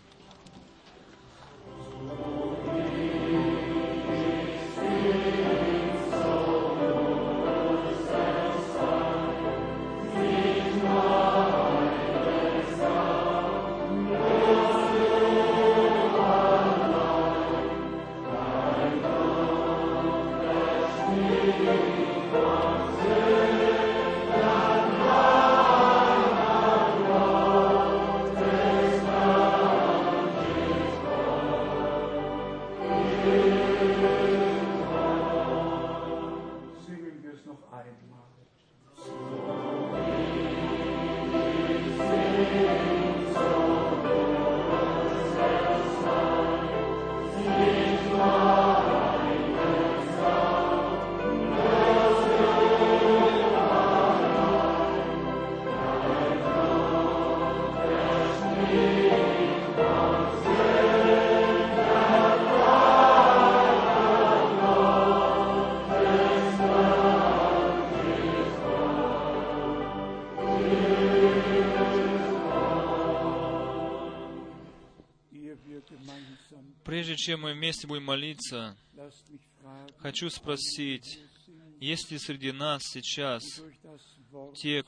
Speaker 1: Прежде чем мы вместе будем молиться, хочу спросить, есть ли среди нас сейчас те,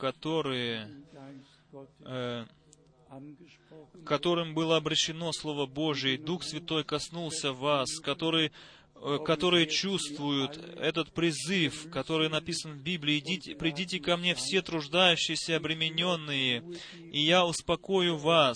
Speaker 1: которым было обращено Слово Божие, Дух Святой коснулся вас, которые чувствуют этот призыв, который написан в Библии: «Придите ко мне все труждающиеся и обремененные, и я успокою вас».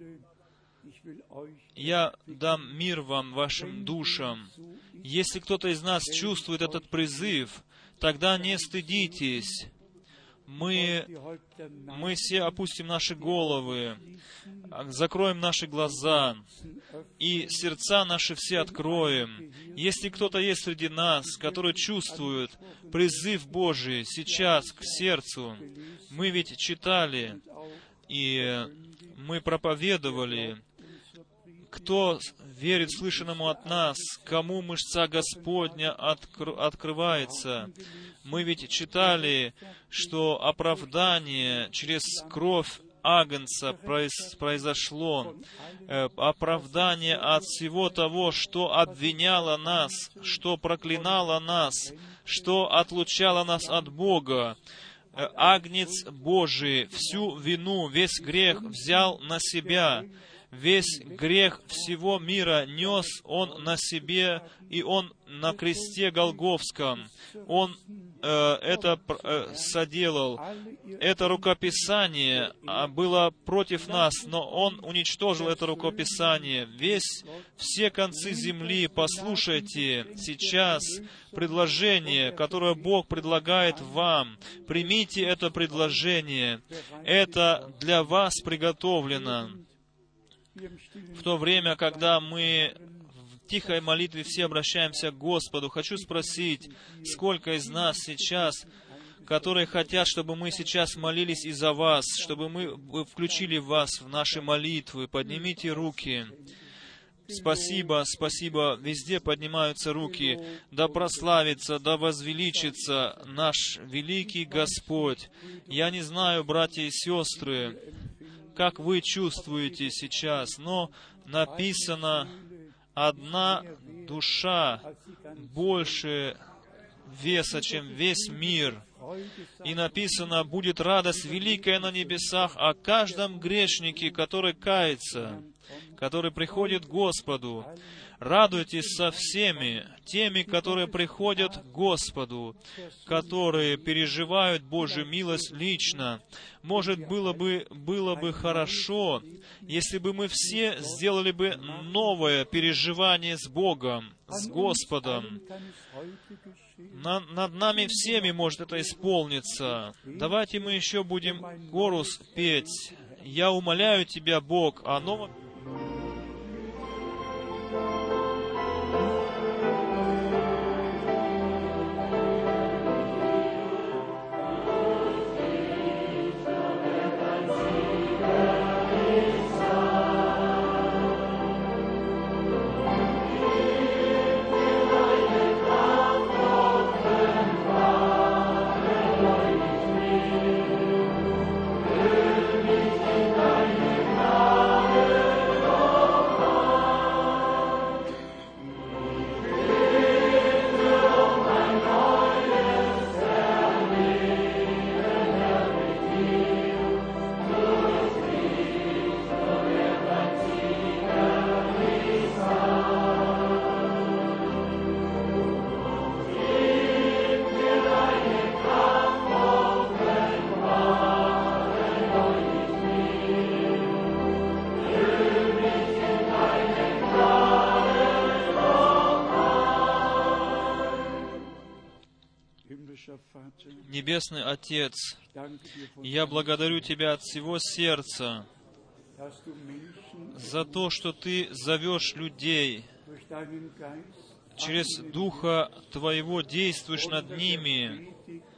Speaker 1: Я дам мир вам, вашим душам. Если кто-то из нас чувствует этот призыв, тогда не стыдитесь. Мы все опустим наши головы, закроем наши глаза, и сердца наши все откроем. Если кто-то есть среди нас, который чувствует призыв Божий сейчас к сердцу, мы ведь читали, и мы проповедовали, кто верит слышанному от нас, кому мышца Господня открывается. Мы ведь читали, что оправдание через кровь Агнца произошло оправдание от всего того, что обвиняло нас, что проклинало нас, что отлучало нас от Бога. Агнец Божий всю вину, весь грех взял на себя. Весь грех всего мира нес Он на себе, и Он на кресте Голгофском. Он это соделал. Это рукописание было против нас, но Он уничтожил это рукописание. Все концы земли, послушайте сейчас предложение, которое Бог предлагает вам. Примите это предложение. Это для вас приготовлено. В то время, когда мы в тихой молитве все обращаемся к Господу, хочу спросить, сколько из нас сейчас, которые хотят, чтобы мы сейчас молились и за вас, чтобы мы включили вас в наши молитвы. Поднимите руки. Спасибо, спасибо. Везде поднимаются руки. Да прославится, да возвеличится наш великий Господь. Я не знаю, братья и сестры, как вы чувствуете сейчас, но написано, одна душа больше веса, чем весь мир. И написано, будет радость великая на небесах о каждом грешнике, который кается, который приходит к Господу. Радуйтесь со всеми теми, которые приходят к Господу, которые переживают Божью милость лично. Может, было бы хорошо, если бы мы все сделали бы новое переживание с Богом, с Господом. Над нами всеми может это исполниться. Давайте мы еще будем хорус петь. «Я умоляю Тебя, Бог, о новом...» Небесный Отец, я благодарю Тебя от всего сердца за то, что Ты зовешь людей, через Духа Твоего действуешь над ними,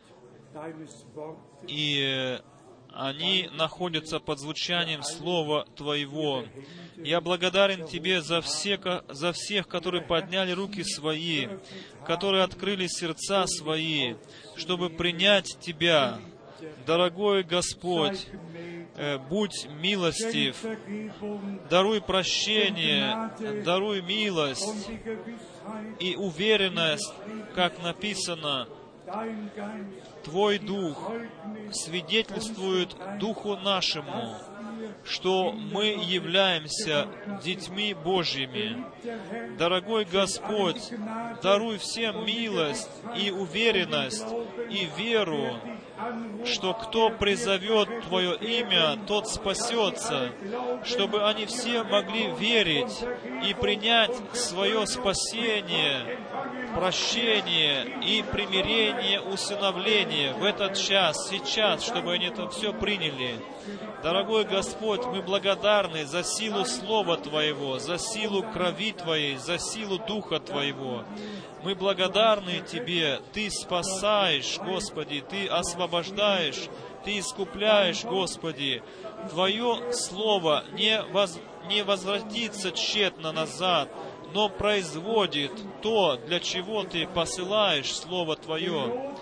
Speaker 1: и они находятся под звучанием Слова Твоего. Я благодарен Тебе за всех, которые подняли руки свои, которые открыли сердца свои, чтобы принять Тебя. Дорогой Господь, будь милостив, даруй прощение, даруй милость и уверенность, как написано, Твой Дух свидетельствует Духу нашему, что мы являемся детьми Божьими. Дорогой Господь, даруй всем милость и уверенность и веру, что кто призовет Твое имя, тот спасется, чтобы они все могли верить и принять свое спасение, прощение и примирение, усыновление в этот час, сейчас, чтобы они это все приняли. Дорогой Господь, мы благодарны за силу Слова Твоего, за силу крови Твоей, за силу Духа Твоего. Мы благодарны Тебе. Ты спасаешь, Господи, Ты освобождаешь, Ты искупляешь, Господи. Твое Слово не возвратится тщетно назад, но производит то, для чего Ты посылаешь Слово Твое.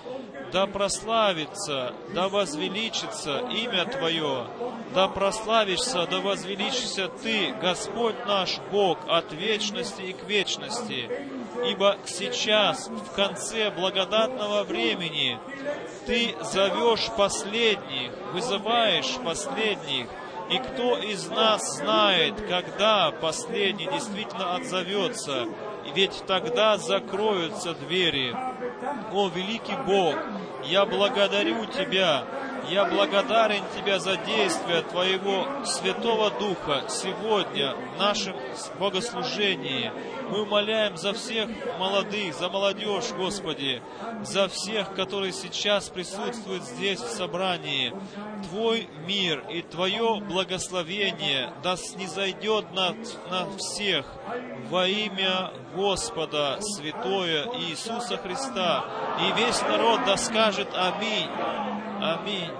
Speaker 1: Да прославится, да возвеличится имя Твое, да прославишься, да возвеличишься Ты, Господь наш Бог, от вечности и к вечности. Ибо сейчас, в конце благодатного времени, Ты зовешь последних, вызываешь последних, и кто из нас знает, когда последний действительно отзовется, ведь тогда закроются двери. О, великий Бог, я благодарю Тебя, я благодарен Тебе за действие Твоего Святого Духа сегодня в нашем богослужении. Мы умоляем за всех молодых, за молодежь, Господи, за всех, которые сейчас присутствуют здесь в собрании. Твой мир и Твое благословение да снизойдет на всех во имя Господа Святое Иисуса Христа. И весь народ да скажет аминь. Аминь.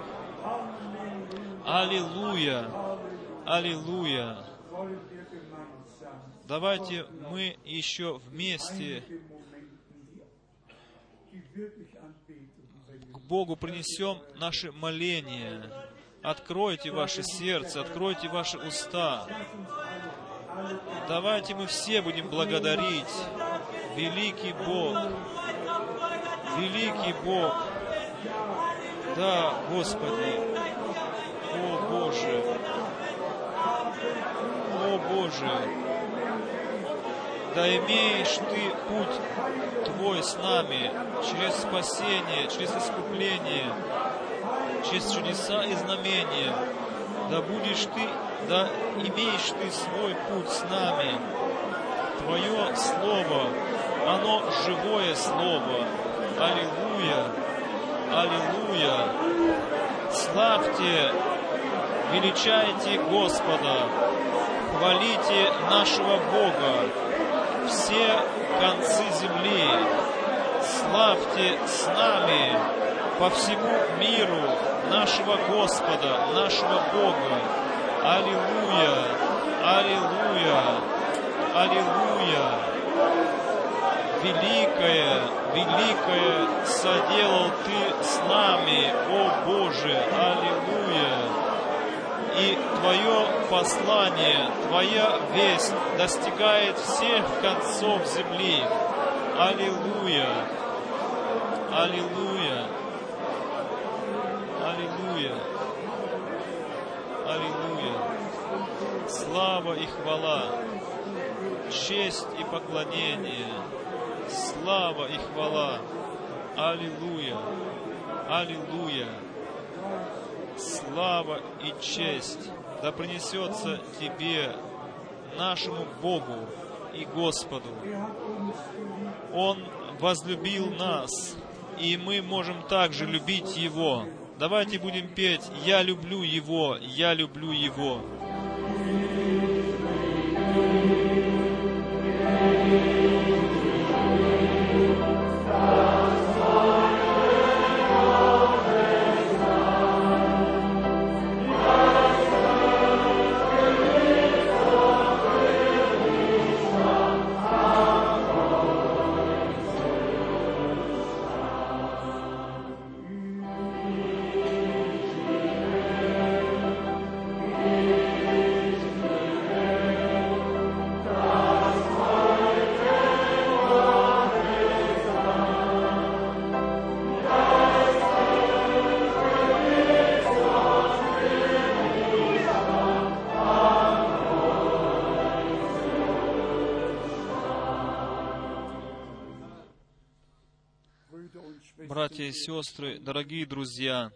Speaker 1: Аллилуйя. Аллилуйя. Давайте мы еще вместе к Богу принесем наши моления. Откройте ваше сердце, откройте ваши уста. Давайте мы все будем благодарить. Великий Бог. Великий Бог. Да, Господи. О, Боже. О, Боже. Да имеешь Ты путь Твой с нами через спасение, через искупление, через чудеса и знамения. Да будешь Ты, да имеешь Ты свой путь с нами. Твое Слово, оно живое Слово. Аллилуйя! Аллилуйя! Славьте, величайте Господа, хвалите нашего Бога, все концы земли. Славьте с нами по всему миру нашего Господа, нашего Бога. Аллилуйя! Аллилуйя! Аллилуйя! Великое, великое соделал Ты с нами, о Боже! Аллилуйя! И Твое послание, Твоя весть достигает всех концов земли. Аллилуйя! Аллилуйя! Аллилуйя! Аллилуйя! Слава и хвала, честь и поклонение, слава и хвала. Аллилуйя! Аллилуйя! Слава и честь да принесется Тебе, нашему Богу и Господу. Он возлюбил нас, и мы можем также любить Его. Давайте будем петь «Я люблю Его, я люблю Его». Братья и сестры, дорогие друзья,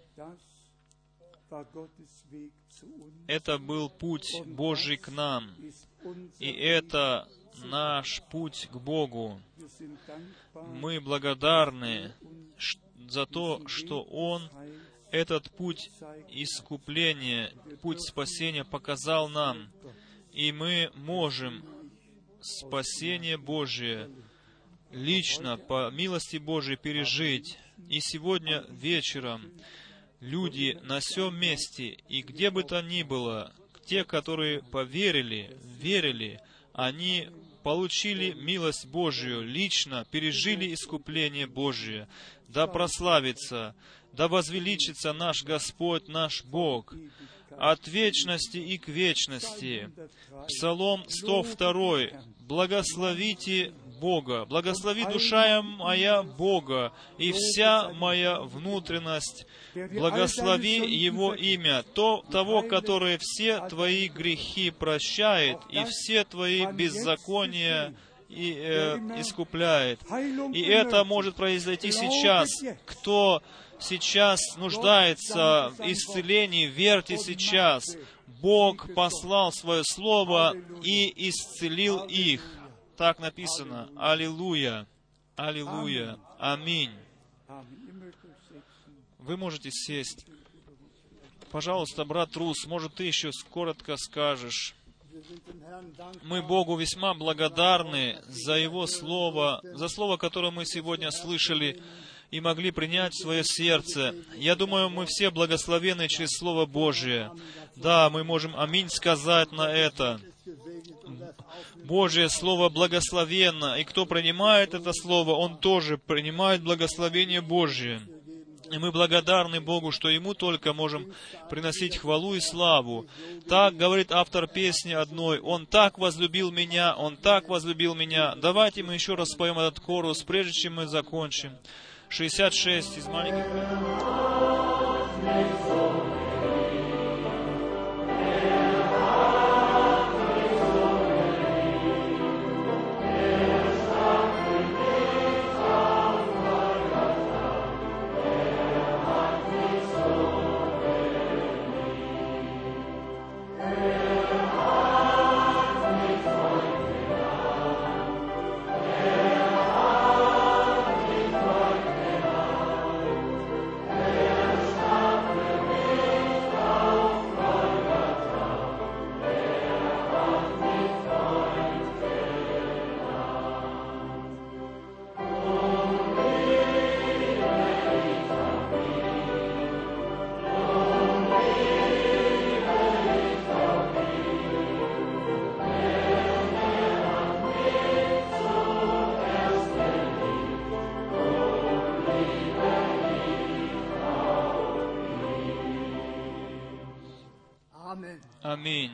Speaker 1: это был путь Божий к нам, и это наш путь к Богу. Мы благодарны за то, что Он этот путь искупления, путь спасения показал нам, и мы можем спасение Божие лично, по милости Божией, пережить. И сегодня вечером люди на всем месте, и где бы то ни было, те, которые поверили, верили, они получили милость Божию, лично пережили искупление Божие. Да прославится, да возвеличится наш Господь, наш Бог, от вечности и к вечности. Псалом 102. Благословите Бога. Благослови душа моя Бога, и вся моя внутренность. Благослови Его имя, того, который все твои грехи прощает, и все твои беззакония искупляет. И это может произойти сейчас. Кто сейчас нуждается в исцелении, верьте сейчас. Бог послал Свое Слово и исцелил их. Так написано. Аллилуйя! Аллилуйя! Аминь! Вы можете сесть. Пожалуйста, брат Рус, может, ты еще коротко скажешь. Мы Богу весьма благодарны за Его Слово, за Слово, которое мы сегодня слышали и могли принять в свое сердце. Я думаю, мы все благословены через Слово Божие. Да, мы можем аминь сказать на это. Божье Слово благословенно, и кто принимает это Слово, он тоже принимает благословение Божие. И мы благодарны Богу, что Ему только можем приносить хвалу и славу. Так говорит автор песни одной: «Он так возлюбил меня, Он так возлюбил меня». Давайте мы еще раз споем этот хорус, прежде чем мы закончим. 66 из маленьких... Аминь.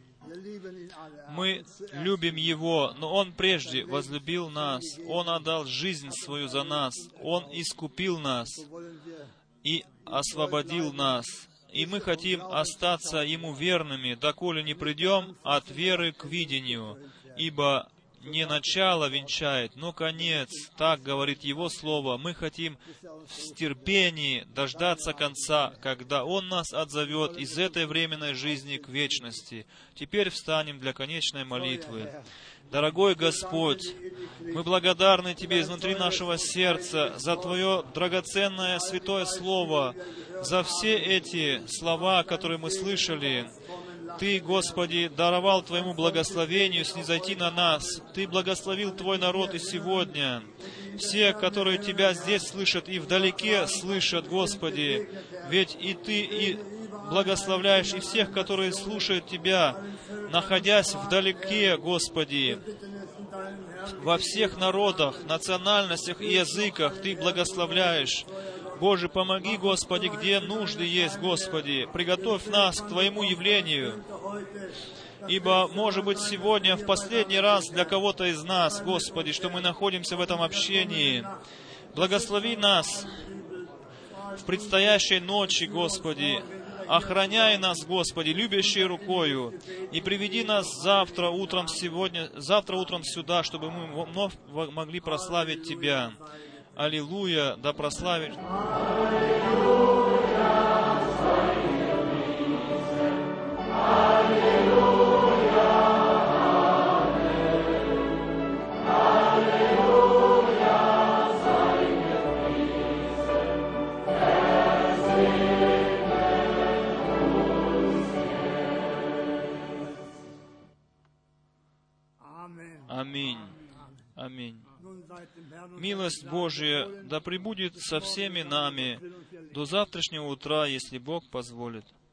Speaker 1: Мы любим Его, но Он прежде возлюбил нас. Он отдал жизнь свою за нас. Он искупил нас и освободил нас. И мы хотим остаться Ему верными, доколе не придем от веры к видению. Ибо не начало венчает, но конец. Так говорит Его Слово. Мы хотим в терпении дождаться конца, когда Он нас отзовет из этой временной жизни к вечности. Теперь встанем для конечной молитвы. Дорогой Господь, мы благодарны Тебе изнутри нашего сердца за Твое драгоценное святое Слово, за все эти слова, которые мы слышали. Ты, Господи, даровал Твоему благословению снизойти на нас. Ты благословил Твой народ и сегодня. Все, которые Тебя здесь слышат и вдалеке слышат, Господи, ведь и Ты и благословляешь и всех, которые слушают Тебя, находясь вдалеке, Господи. Во всех народах, национальностях и языках Ты благословляешь. Боже, помоги, Господи, где нужды есть, Господи. Приготовь нас к Твоему явлению. Ибо, может быть, сегодня в последний раз для кого-то из нас, Господи, что мы находимся в этом общении. Благослови нас в предстоящей ночи, Господи. Охраняй нас, Господи, любящей рукою. И приведи нас завтра утром сюда, чтобы мы вновь могли прославить Тебя. Аллилуйя, да прославишь. Аминь. Аминь. Милость Божия да пребудет со всеми нами до завтрашнего утра, если Бог позволит.